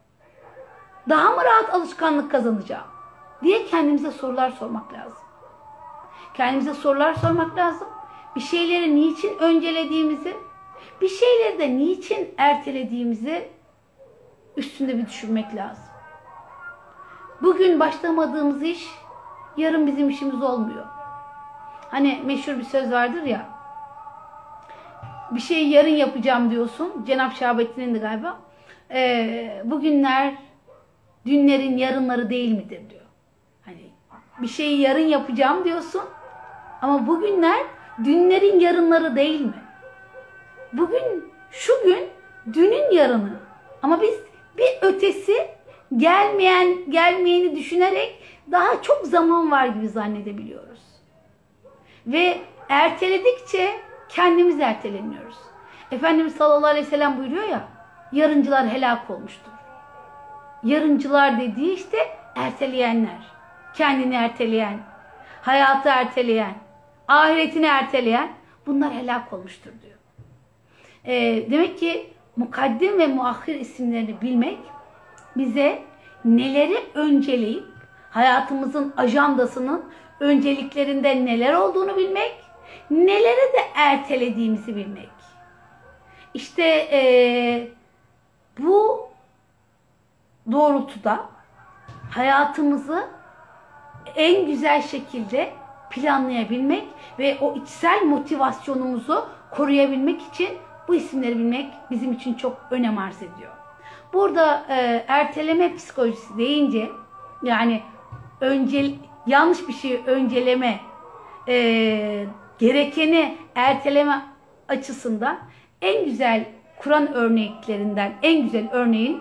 Daha mı rahat alışkanlık kazanacağım? Diye kendimize sorular sormak lazım. Kendimize sorular sormak lazım. Bir şeyleri niçin öncelediğimizi, bir şeyleri de niçin ertelediğimizi üstünde bir düşünmek lazım. Bugün başlamadığımız iş yarın bizim işimiz olmuyor. Hani meşhur bir söz vardır ya, bir şeyi yarın yapacağım diyorsun. Cenab-ı Şahabettin'in de galiba. E, bugünler dünlerin yarınları değil midir diyor. Hani bir şeyi yarın yapacağım diyorsun ama bugünler dünlerin yarınları değil mi? Bugün şu gün dünün yarını. Ama biz bir ötesi gelmeyen gelmeyeni düşünerek daha çok zaman var gibi zannedebiliyoruz. Ve erteledikçe kendimiz erteleniyoruz. Efendimiz sallallahu aleyhi ve sellem buyuruyor ya, yarıncılar helak olmuştur. Yarıncılar dediği işte erteleyenler. Kendini erteleyen, hayatı erteleyen, ahiretini erteleyen, bunlar helak olmuştur diyor. E, demek ki mukaddim ve muahhir isimlerini bilmek bize neleri önceleyip hayatımızın ajandasının önceliklerinde neler olduğunu bilmek, neleri de ertelediğimizi bilmek. İşte e, bu doğrultuda hayatımızı en güzel şekilde planlayabilmek ve o içsel motivasyonumuzu koruyabilmek için bu isimleri bilmek bizim için çok önem arz ediyor. Burada e, erteleme psikolojisi deyince, yani önce yanlış bir şeyi önceleme, e, gerekeni erteleme açısından en güzel Kur'an örneklerinden en güzel örneğin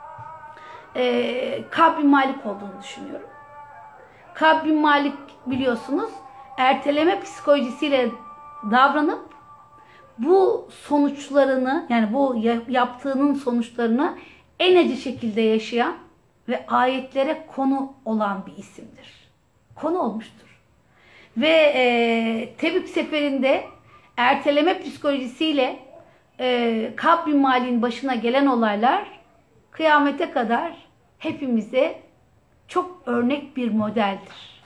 e, Kâb bin Malik olduğunu düşünüyorum. Kâb bin Malik biliyorsunuz erteleme psikolojisiyle davranıp bu sonuçlarını, yani bu yaptığının sonuçlarını en acı şekilde yaşayan ve ayetlere konu olan bir isimdir. Konu olmuştur. Ve e, Tebük seferinde erteleme psikolojisiyle e, Kâb bin Malik'in başına gelen olaylar kıyamete kadar hepimize çok örnek bir modeldir.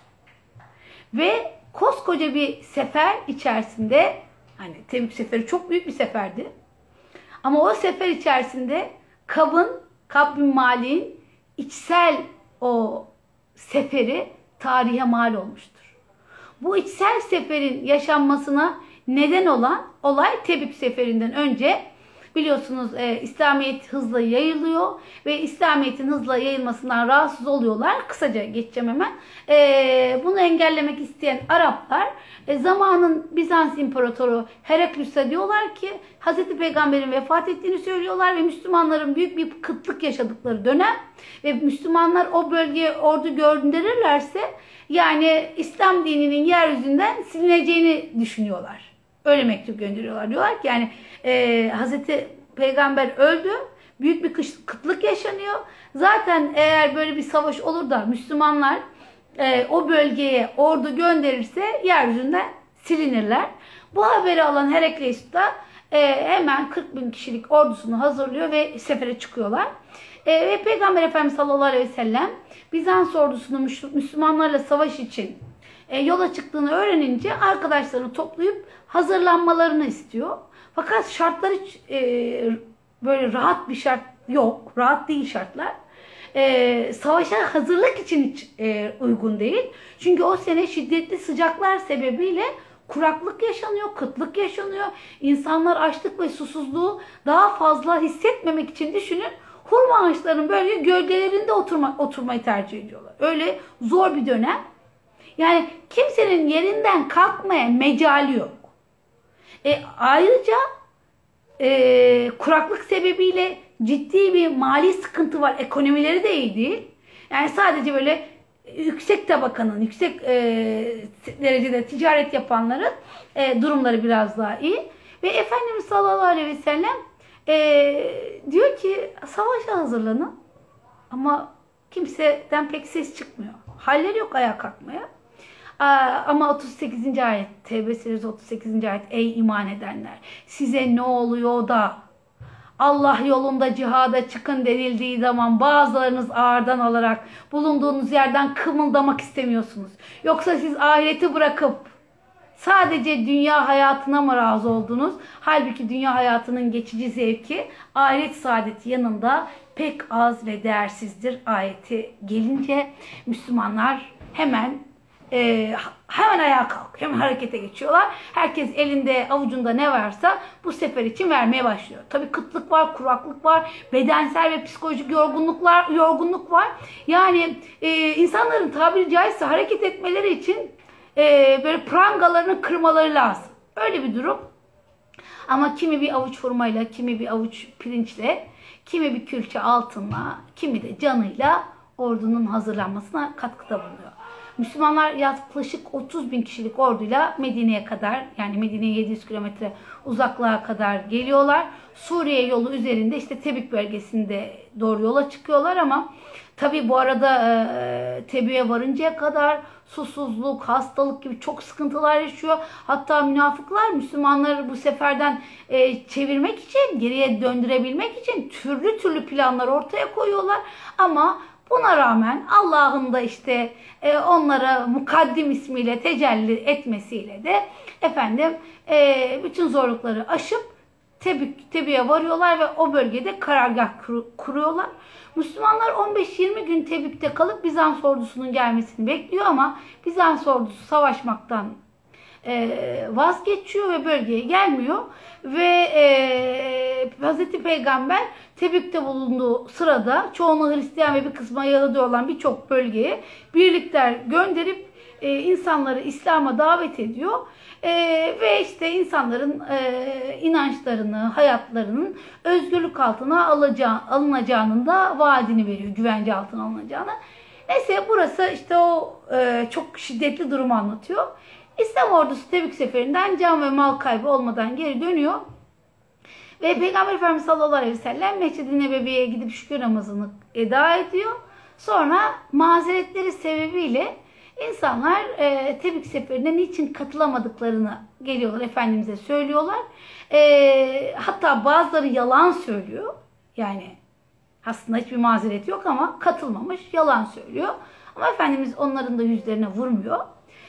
Ve koskoca bir sefer içerisinde, hani Tebük seferi çok büyük bir seferdi. Ama o sefer içerisinde Kâb'ın, Kâb bin Malik'in içsel o seferi tarihe mal olmuştur. Bu içsel seferin yaşanmasına neden olan olay Tebük seferinden önce biliyorsunuz e, İslamiyet hızla yayılıyor ve İslamiyet'in hızla yayılmasından rahatsız oluyorlar. Kısaca geçeceğim hemen. E, bunu engellemek isteyen Araplar e, zamanın Bizans İmparatoru Heraklius'a diyorlar ki Hazreti Peygamber'in vefat ettiğini söylüyorlar ve Müslümanların büyük bir kıtlık yaşadıkları dönem ve Müslümanlar o bölgeye ordu gönderirlerse yani İslam dininin yeryüzünden silineceğini düşünüyorlar. Öyle mektup gönderiyorlar. Diyorlar ki yani e, Hazreti Peygamber öldü. Büyük bir kıtlık yaşanıyor. Zaten eğer böyle bir savaş olur da Müslümanlar e, o bölgeye ordu gönderirse yeryüzünden silinirler. Bu haberi alan Herakleus da e, hemen kırk bin kişilik ordusunu hazırlıyor ve sefere çıkıyorlar. E, ve Peygamber Efendimiz sallallahu aleyhi ve sellem Bizans ordusunu Müslümanlarla savaş için e, yola çıktığını öğrenince arkadaşlarını toplayıp hazırlanmalarını istiyor. Fakat şartlar hiç e, böyle rahat bir şart yok. Rahat değil şartlar. E, savaşa hazırlık için hiç e, uygun değil. Çünkü o sene şiddetli sıcaklar sebebiyle kuraklık yaşanıyor, kıtlık yaşanıyor. İnsanlar açlık ve susuzluğu daha fazla hissetmemek için düşünün. Hurma ağaçlarının böyle gölgelerinde oturma, oturmayı tercih ediyorlar. Öyle zor bir dönem. Yani kimsenin yerinden kalkmaya mecali yok. E, ayrıca e, kuraklık sebebiyle ciddi bir mali sıkıntı var. Ekonomileri de iyi değil. Yani sadece böyle yüksek tabakanın, yüksek e, derecede ticaret yapanların e, durumları biraz daha iyi. Ve Efendimiz sallallahu aleyhi ve sellem e, diyor ki savaşa hazırlanın. Ama kimseden pek ses çıkmıyor. Halleri yok ayağa kalkmaya. Ama otuz sekizinci ayet, Tevbe suresi otuz sekizinci ayet, ey iman edenler, size ne oluyor da Allah yolunda cihada çıkın denildiği zaman bazılarınız ağırdan alarak bulunduğunuz yerden kımıldamak istemiyorsunuz. Yoksa siz ahireti bırakıp sadece dünya hayatına mı razı oldunuz? Halbuki dünya hayatının geçici zevki ahiret saadeti yanında pek az ve değersizdir. Ayeti gelince Müslümanlar hemen Ee, hemen ayağa kalk, hemen harekete geçiyorlar. Herkes elinde, avucunda ne varsa bu sefer için vermeye başlıyor. Tabii kıtlık var, kuraklık var, bedensel ve psikolojik yorgunluklar, yorgunluk var. Yani e, insanların tabiri caizse hareket etmeleri için e, böyle prangalarını kırmaları lazım. Öyle bir durum. Ama kimi bir avuç hurmayla, kimi bir avuç pirinçle, kimi bir külçe altınla, kimi de canıyla ordunun hazırlanmasına katkıda bulunuyor. Müslümanlar yaklaşık otuz bin kişilik orduyla Medine'ye kadar, yani Medine'ye yedi yüz kilometre uzaklığa kadar geliyorlar. Suriye yolu üzerinde işte Tebük bölgesinde doğru yola çıkıyorlar ama tabi bu arada e, Tebük'e varıncaya kadar susuzluk, hastalık gibi çok sıkıntılar yaşıyor. Hatta münafıklar Müslümanları bu seferden e, çevirmek için, geriye döndürebilmek için türlü türlü planlar ortaya koyuyorlar. Ama buna rağmen Allah'ın da işte e, onlara mukaddim ismiyle tecelli etmesiyle de efendim e, bütün zorlukları aşıp Tebük, Tebük'e varıyorlar ve o bölgede karargah kur, kuruyorlar. Müslümanlar on beş yirmi gün Tebük'te kalıp Bizans ordusunun gelmesini bekliyor ama Bizans ordusu savaşmaktan e, vazgeçiyor ve bölgeye gelmiyor. Ve e, Hazreti Peygamber Tebük'te bulunduğu sırada çoğunluğu Hristiyan ve bir kısmı Yahudi olan birçok bölgeye birlikler gönderip e, insanları İslam'a davet ediyor. E, ve işte insanların e, inançlarını, hayatlarının özgürlük altına alacağı, alınacağının da vaadini veriyor. Güvence altına alınacağını. Neyse burası işte o e, çok şiddetli durumu anlatıyor. İslam ordusu Tebük seferinden can ve mal kaybı olmadan geri dönüyor. Ve Peygamber Efendimiz sallallahu aleyhi ve sellem Mescid-i Nebevi'ye gidip şükür namazını eda ediyor. Sonra mazeretleri sebebiyle İnsanlar e, Tebük seferine niçin katılamadıklarını geliyorlar, Efendimiz'e söylüyorlar. E, hatta bazıları yalan söylüyor. Yani aslında hiçbir mazeret yok ama katılmamış, yalan söylüyor. Ama Efendimiz onların da yüzlerine vurmuyor.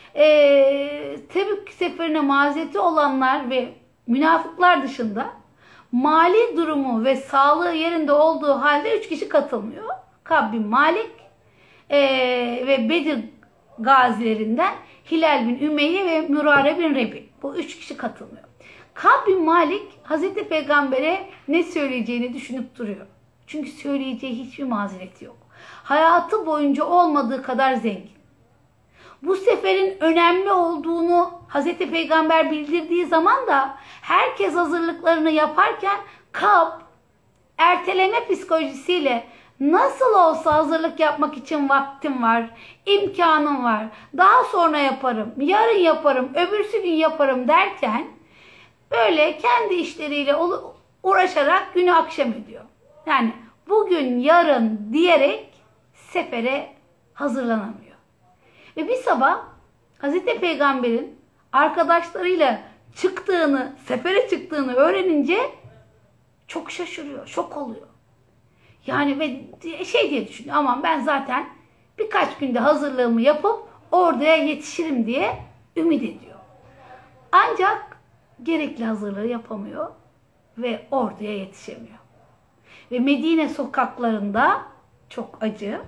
E, Tebük seferine mazereti olanlar ve münafıklar dışında mali durumu ve sağlığı yerinde olduğu halde üç kişi katılmıyor. Kab bin Malik e, ve Bedir gazilerinden Hilal bin Ümeyye ve Mürare bin Rebi. Bu üç kişi katılmıyor. Kab bin Malik Hazreti Peygamber'e ne söyleyeceğini düşünüp duruyor. Çünkü söyleyeceği hiçbir mazereti yok. Hayatı boyunca olmadığı kadar zengin. Bu seferin önemli olduğunu Hazreti Peygamber bildirdiği zaman da herkes hazırlıklarını yaparken Kab erteleme psikolojisiyle nasıl olsa hazırlık yapmak için vaktim var, imkanım var, daha sonra yaparım, yarın yaparım, öbürsü gün yaparım derken böyle kendi işleriyle uğraşarak günü akşam ediyor. Yani bugün, yarın diyerek sefere hazırlanamıyor. Ve bir sabah Hazreti Peygamber'in arkadaşlarıyla çıktığını, sefere çıktığını öğrenince çok şaşırıyor, şok oluyor. Yani ve şey diye düşünüyor, aman ben zaten birkaç günde hazırlığımı yapıp orduya yetişirim diye ümit ediyor. Ancak gerekli hazırlığı yapamıyor ve orduya yetişemiyor. Ve Medine sokaklarında çok acı,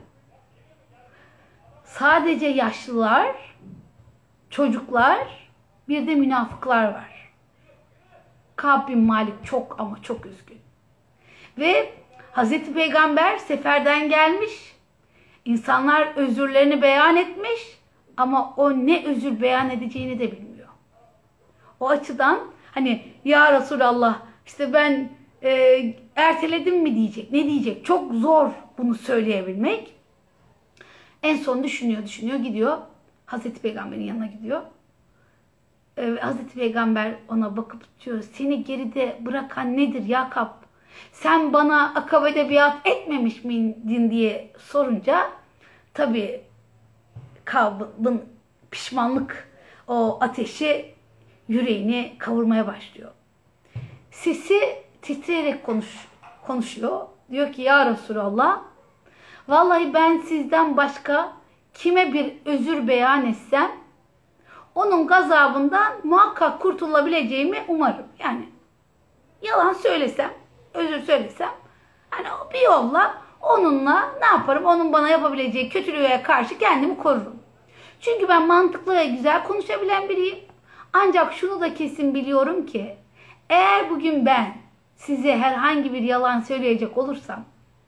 sadece yaşlılar, çocuklar, bir de münafıklar var. Kab bin Malik çok ama çok üzgün. Ve Hazreti Peygamber seferden gelmiş, insanlar özürlerini beyan etmiş ama o ne özür beyan edeceğini de bilmiyor. O açıdan hani ya Resulallah işte ben e, erteledim mi diyecek, ne diyecek? Çok zor bunu söyleyebilmek. En son düşünüyor, düşünüyor, gidiyor. Hazreti Peygamber'in yanına gidiyor. Ee, Hazreti Peygamber ona bakıp diyor, seni geride bırakan nedir ya Kab? Sen bana Akabe'de biat etmemiş miydin diye sorunca tabii Kab'ın pişmanlık o ateşi yüreğini kavurmaya başlıyor. Sesi titreyerek konuş, konuşuyor. Diyor ki ya Resulallah, vallahi ben sizden başka kime bir özür beyan etsem onun gazabından muhakkak kurtulabileceğimi umarım. Yani yalan söylesem, özür söylesem hani bir yolla onunla ne yaparım? Onun bana yapabileceği kötülüğe karşı kendimi korurum. Çünkü ben mantıklı ve güzel konuşabilen biriyim. Ancak şunu da kesin biliyorum ki eğer bugün ben size herhangi bir yalan söyleyecek olursam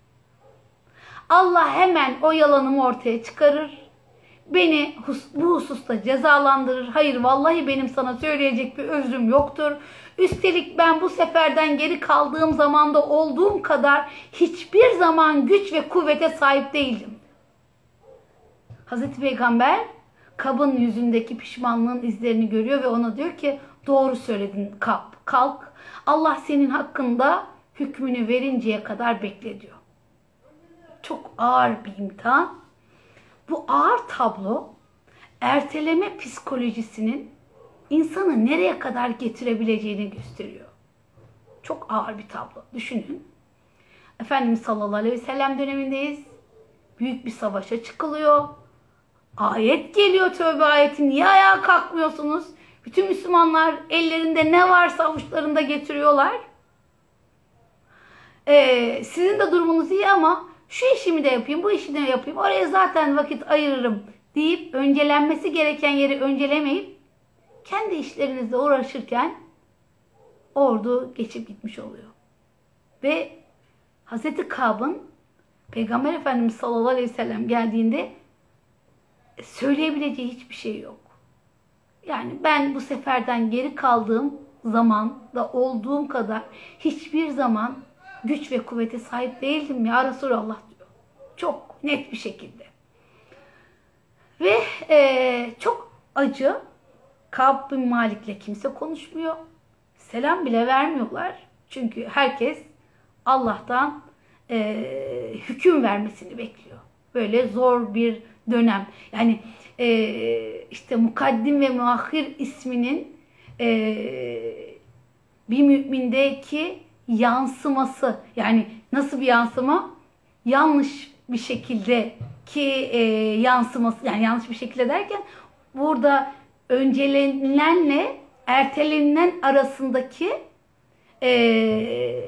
Allah hemen o yalanımı ortaya çıkarır. Beni bu hususta cezalandırır. Hayır vallahi benim sana söyleyecek bir özrüm yoktur. Üstelik ben bu seferden geri kaldığım zamanda olduğum kadar hiçbir zaman güç ve kuvvete sahip değildim. Hazreti Peygamber Kab'ın yüzündeki pişmanlığın izlerini görüyor ve ona diyor ki doğru söyledin Kab, kalk. Allah senin hakkında hükmünü verinceye kadar bekle diyor. Çok ağır bir imtihan. Bu ağır tablo erteleme psikolojisinin insanı nereye kadar getirebileceğini gösteriyor. Çok ağır bir tablo. Düşünün. Efendimiz sallallahu aleyhi ve sellem dönemindeyiz. Büyük bir savaşa çıkılıyor. Ayet geliyor, tövbe ayeti. Niye ayağa kalkmıyorsunuz? Bütün Müslümanlar ellerinde ne varsa avuçlarında getiriyorlar. Ee, sizin de durumunuz iyi ama şu işimi de yapayım, bu işi de yapayım, oraya zaten vakit ayırırım deyip öncelenmesi gereken yeri öncelemeyip kendi işlerinizle uğraşırken ordu geçip gitmiş oluyor. Ve Hazreti Kab'ın Peygamber Efendimiz sallallahu aleyhi ve sellem geldiğinde söyleyebileceği hiçbir şey yok. Yani ben bu seferden geri kaldığım zaman da olduğum kadar hiçbir zaman güç ve kuvvete sahip değildim ya Resulallah diyor. Çok net bir şekilde. Ve e, çok acı. Kâb bin Malik'le kimse konuşmuyor. Selam bile vermiyorlar. Çünkü herkes Allah'tan e, hüküm vermesini bekliyor. Böyle zor bir dönem. Yani e, işte Mukaddim ve Muahhir isminin e, bir mümindeki yansıması. Yani nasıl bir yansıma? Yanlış bir şekilde ki e, yansıması, yani yanlış bir şekilde derken burada öncelenilenle ertelenilen arasındaki e,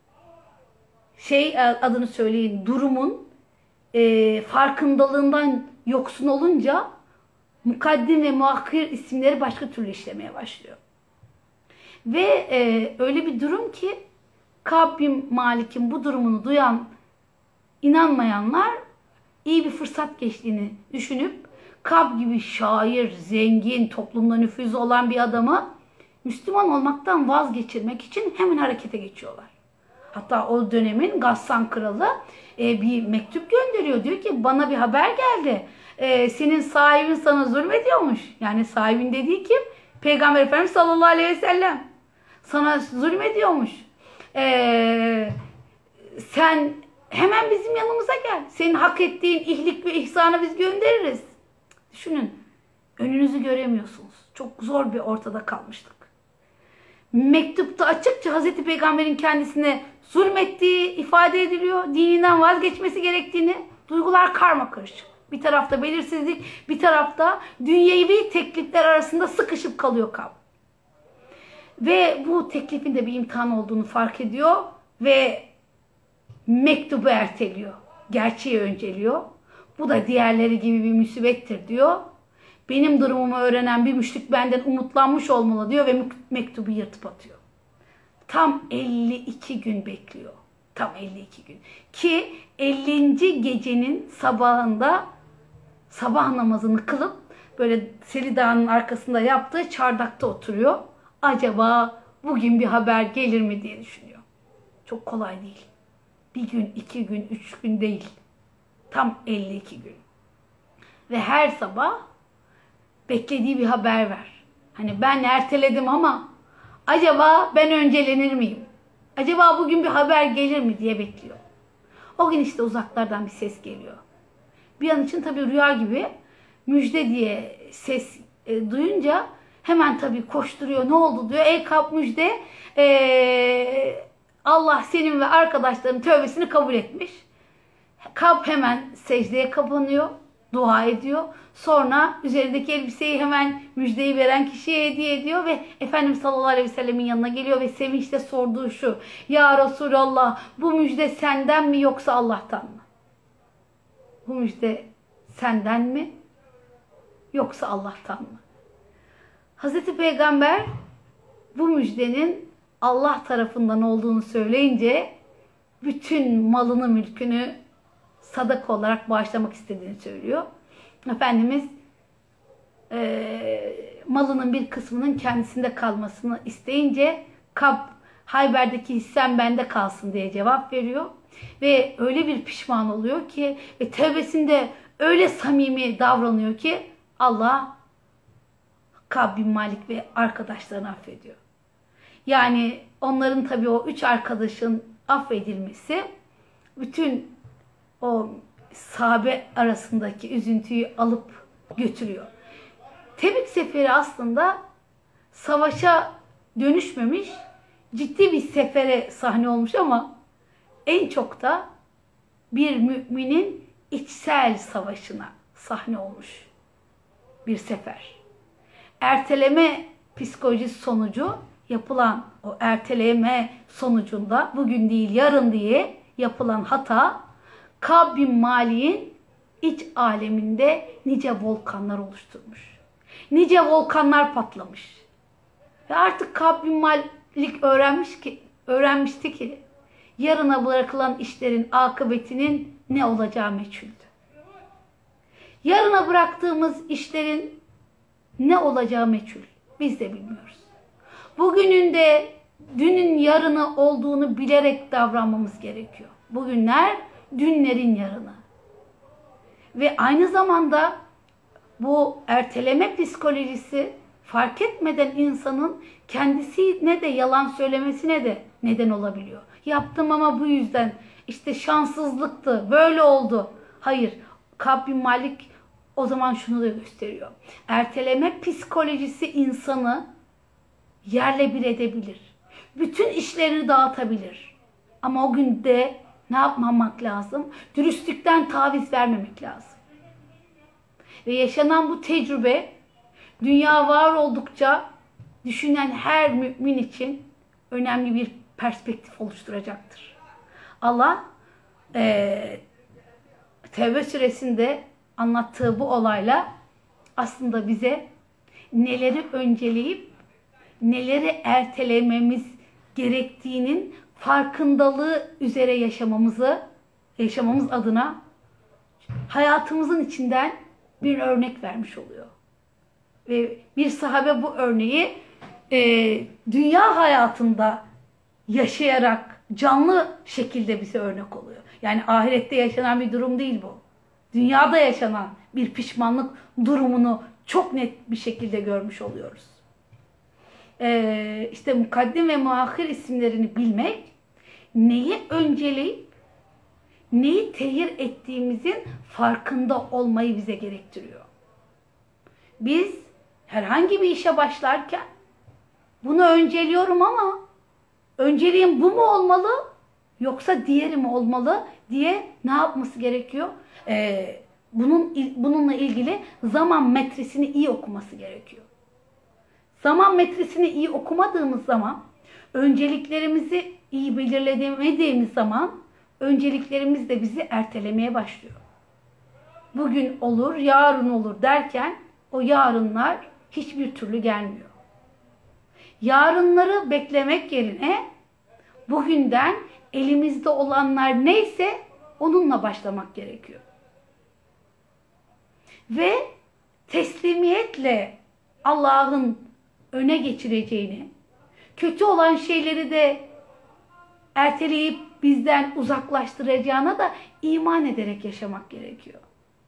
şey adını söyleyin, durumun e, farkındalığından yoksun olunca Mukaddim ve Muahhir isimleri başka türlü işlemeye başlıyor. Ve e, öyle bir durum ki Kâb bin Malik'in bu durumunu duyan inanmayanlar iyi bir fırsat geçtiğini düşünüp Kâb gibi şair, zengin, toplumda nüfuzu olan bir adamı Müslüman olmaktan vazgeçirmek için hemen harekete geçiyorlar. Hatta o dönemin Gassan kralı e, bir mektup gönderiyor. Diyor ki bana bir haber geldi. E, senin sahibin sana zulmediyormuş. Yani sahibin dediği kim? Peygamber Efendimiz sallallahu aleyhi ve sellem. Sana zulmediyormuş. E, sen hemen bizim yanımıza gel. Senin hak ettiğin iyilik ve ihsanı biz göndeririz. Düşünün. Önünüzü göremiyorsunuz. Çok zor bir ortada kalmıştık. Mektupta açıkça Hazreti Peygamber'in kendisine zulmettiği ifade ediliyor. Dininden vazgeçmesi gerektiğini. Duygular karmakarışık. Bir tarafta belirsizlik, bir tarafta dünyevi teklifler arasında sıkışıp kalıyor Kâb. Ve bu teklifin de bir imtihan olduğunu fark ediyor ve mektubu erteliyor. Gerçeği önceliyor. Bu da diğerleri gibi bir musibettir diyor. Benim durumumu öğrenen bir müşrik benden umutlanmış olmalı diyor ve mektubu yırtıp atıyor. Tam elli iki gün bekliyor. Tam elli iki gün. Ki ellinci gecenin sabahında sabah namazını kılıp böyle Seli Dağı'nın arkasında yaptığı çardakta oturuyor. Acaba bugün bir haber gelir mi diye düşünüyor. Çok kolay değil. Bir gün, iki gün, üç gün değil. Tam elli iki gün. Ve her sabah beklediği bir haber ver. Hani ben erteledim ama acaba ben öncelenir miyim? Acaba bugün bir haber gelir mi diye bekliyor. O gün işte uzaklardan bir ses geliyor. Bir an için tabii rüya gibi müjde diye ses e, duyunca hemen tabii koşturuyor. Ne oldu diyor. Ey Kâb müjde. Ee, Allah senin ve arkadaşların tövbesini kabul etmiş. Kâb hemen secdeye kapanıyor. Dua ediyor. Sonra üzerindeki elbiseyi hemen müjdeyi veren kişiye hediye ediyor ve Efendimiz sallallahu aleyhi ve sellemin yanına geliyor ve sevinçle sorduğu şu: Ya Resulallah, bu müjde senden mi yoksa Allah'tan mı? Bu müjde senden mi yoksa Allah'tan mı? Hazreti Peygamber bu müjdenin Allah tarafından olduğunu söyleyince bütün malını, mülkünü sadaka olarak bağışlamak istediğini söylüyor. Efendimiz e, malının bir kısmının kendisinde kalmasını isteyince Kâb, Hayber'deki hissen bende kalsın diye cevap veriyor. Ve öyle bir pişman oluyor ki ve tevbesinde öyle samimi davranıyor ki Allah Kâb bin Malik ve arkadaşlarını affediyor. Yani onların tabii o üç arkadaşın affedilmesi bütün o sahabe arasındaki üzüntüyü alıp götürüyor. Tebük seferi aslında savaşa dönüşmemiş, ciddi bir sefere sahne olmuş ama en çok da bir müminin içsel savaşına sahne olmuş bir sefer. Erteleme psikolojisi sonucu yapılan o erteleme sonucunda bugün değil yarın diye yapılan hata Ka'b bin Malik'in iç aleminde nice volkanlar oluşturmuş. Nice volkanlar patlamış. Ve artık Ka'b bin Malik öğrenmiş ki, öğrenmişti ki yarına bırakılan işlerin akıbetinin ne olacağı meçhuldü. Yarına bıraktığımız işlerin ne olacağı meçhul. Biz de bilmiyoruz. Bugünün de dünün yarını olduğunu bilerek davranmamız gerekiyor. Bugünler dünlerin yarını. Ve aynı zamanda bu erteleme psikolojisi fark etmeden insanın kendisine de yalan söylemesine de neden olabiliyor. Yaptım ama bu yüzden işte şanssızlıktı, böyle oldu. Hayır, Ka'b bin Malik o zaman şunu da gösteriyor. Erteleme psikolojisi insanı yerle bir edebilir. Bütün işlerini dağıtabilir. Ama o günde ne yapmamak lazım? Dürüstlükten taviz vermemek lazım. Ve yaşanan bu tecrübe dünya var oldukça düşünen her mümin için önemli bir perspektif oluşturacaktır. Allah e, Tevbe suresinde anlattığı bu olayla aslında bize neleri önceleyip neleri ertelememiz gerektiğinin farkındalığı üzere yaşamamızı, yaşamamız adına hayatımızın içinden bir örnek vermiş oluyor. Ve bir sahabe bu örneği e, dünya hayatında yaşayarak canlı şekilde bize örnek oluyor. Yani ahirette yaşanan bir durum değil bu. Dünyada yaşanan bir pişmanlık durumunu çok net bir şekilde görmüş oluyoruz. Ee, işte mukaddim ve muahhir isimlerini bilmek, neyi önceleyip neyi tehir ettiğimizin farkında olmayı bize gerektiriyor. Biz herhangi bir işe başlarken bunu önceliyorum ama önceliğim bu mu olmalı yoksa diğeri mi olmalı diye ne yapması gerekiyor? Ee, bunun bununla ilgili zaman metresini iyi okuması gerekiyor. Zaman metresini iyi okumadığımız zaman, önceliklerimizi iyi belirlemediğimiz zaman önceliklerimiz de bizi ertelemeye başlıyor. Bugün olur, yarın olur derken o yarınlar hiçbir türlü gelmiyor. Yarınları beklemek yerine bugünden elimizde olanlar neyse onunla başlamak gerekiyor. Ve teslimiyetle Allah'ın öne geçireceğini, kötü olan şeyleri de erteleyip bizden uzaklaştıracağına da iman ederek yaşamak gerekiyor.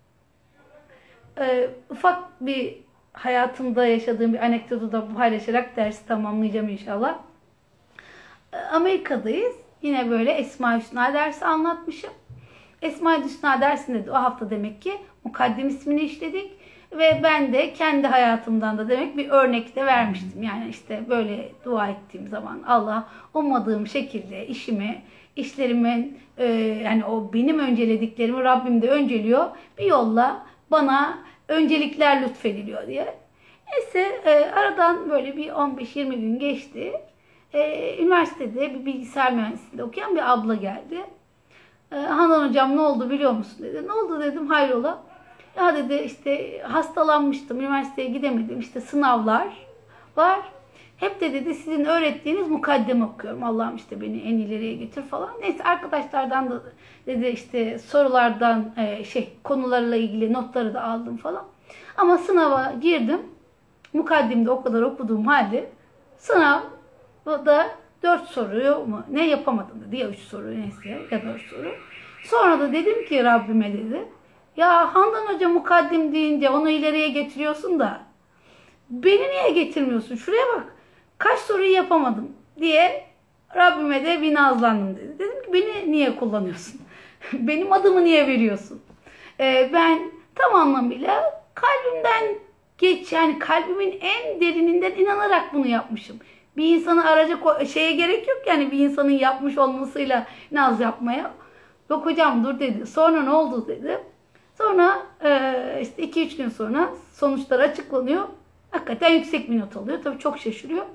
Ee, ufak bir hayatımda yaşadığım bir anekdotu da paylaşarak dersi tamamlayacağım inşallah. Ee, Amerika'dayız. Yine böyle Esma-i Hüsna dersi anlatmışım. Esma-i Hüsna dersinde de o hafta demek ki mukaddim ismini işledik. Ve ben de kendi hayatımdan da demek bir örnek de vermiştim. Yani işte böyle dua ettiğim zaman Allah ummadığım şekilde işimi, işlerimin e, yani o benim öncelediklerimi Rabbim de önceliyor. Bir yolla bana öncelikler lütfediliyor diye. Neyse e, aradan böyle bir on beş yirmi gün geçti. E, üniversitede bir bilgisayar mühendisliğinde okuyan bir abla geldi. E, Handan hocam ne oldu biliyor musun dedi. Ne oldu dedim, hayrola. Ya dedi işte hastalanmıştım, üniversiteye gidemedim, işte sınavlar var. Hep de dedi sizin öğrettiğiniz mukaddeme okuyorum. Allah'ım işte beni en ileriye götür falan. Neyse arkadaşlardan da dedi işte sorulardan şey konularla ilgili notları da aldım falan. Ama sınava girdim. Mukaddimde o kadar okuduğum halde sınavda dört soruyu mu ne yapamadım dedi. Ya üç soru neyse ya dört soru. Sonra da dedim ki Rabbime dedi. Ya Handan Hoca mukaddim deyince onu ileriye getiriyorsun da beni niye getirmiyorsun? Şuraya bak. Kaç soruyu yapamadım diye Rabbime de bir nazlandım dedi. Dedim ki beni niye kullanıyorsun? Benim adımı niye veriyorsun? Ee, ben tam anlamıyla kalbimden geç yani kalbimin en derininden inanarak bunu yapmışım. Bir insanı araca şeye gerek yok yani bir insanın yapmış olmasıyla naz yapmaya. Yok hocam dur dedi. Sonra ne oldu dedi. Sonra işte iki üç gün sonra sonuçlar açıklanıyor. Hakikaten yüksek bir not alıyor. Tabii çok şaşırıyor.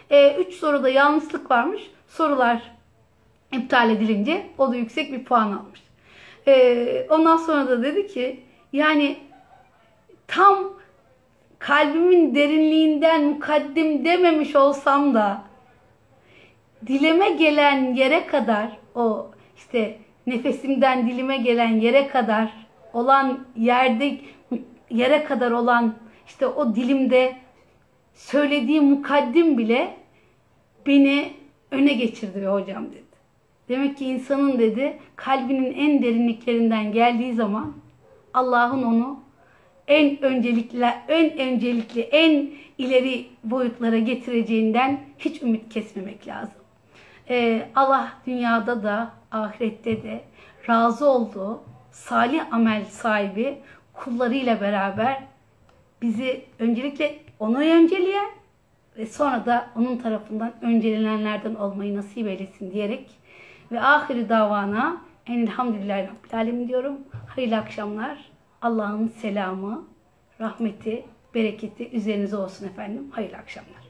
E, üç soruda yanlışlık varmış. Sorular iptal edilince o da yüksek bir puan almış. E, ondan sonra da dedi ki yani tam kalbimin derinliğinden mukaddim dememiş olsam da dilime gelen yere kadar, o işte nefesimden dilime gelen yere kadar olan yerde, yere kadar olan işte o dilimde söylediğim mukaddim bile beni öne geçirdi be hocam dedi. Demek ki insanın dedi kalbinin en derinliklerinden geldiği zaman Allah'ın onu en öncelikli, en öncelikli, en ileri boyutlara getireceğinden hiç ümit kesmemek lazım. Ee, Allah dünyada da ahirette de razı olduğu salih amel sahibi kullarıyla beraber bizi öncelikle onu önceleyen ve sonra da onun tarafından öncelenenlerden olmayı nasip eylesin diyerek ve ahiri davana enelhamdülillahi rabbil alemin diyorum. Hayırlı akşamlar. Allah'ın selamı, rahmeti, bereketi üzerinize olsun efendim. Hayırlı akşamlar.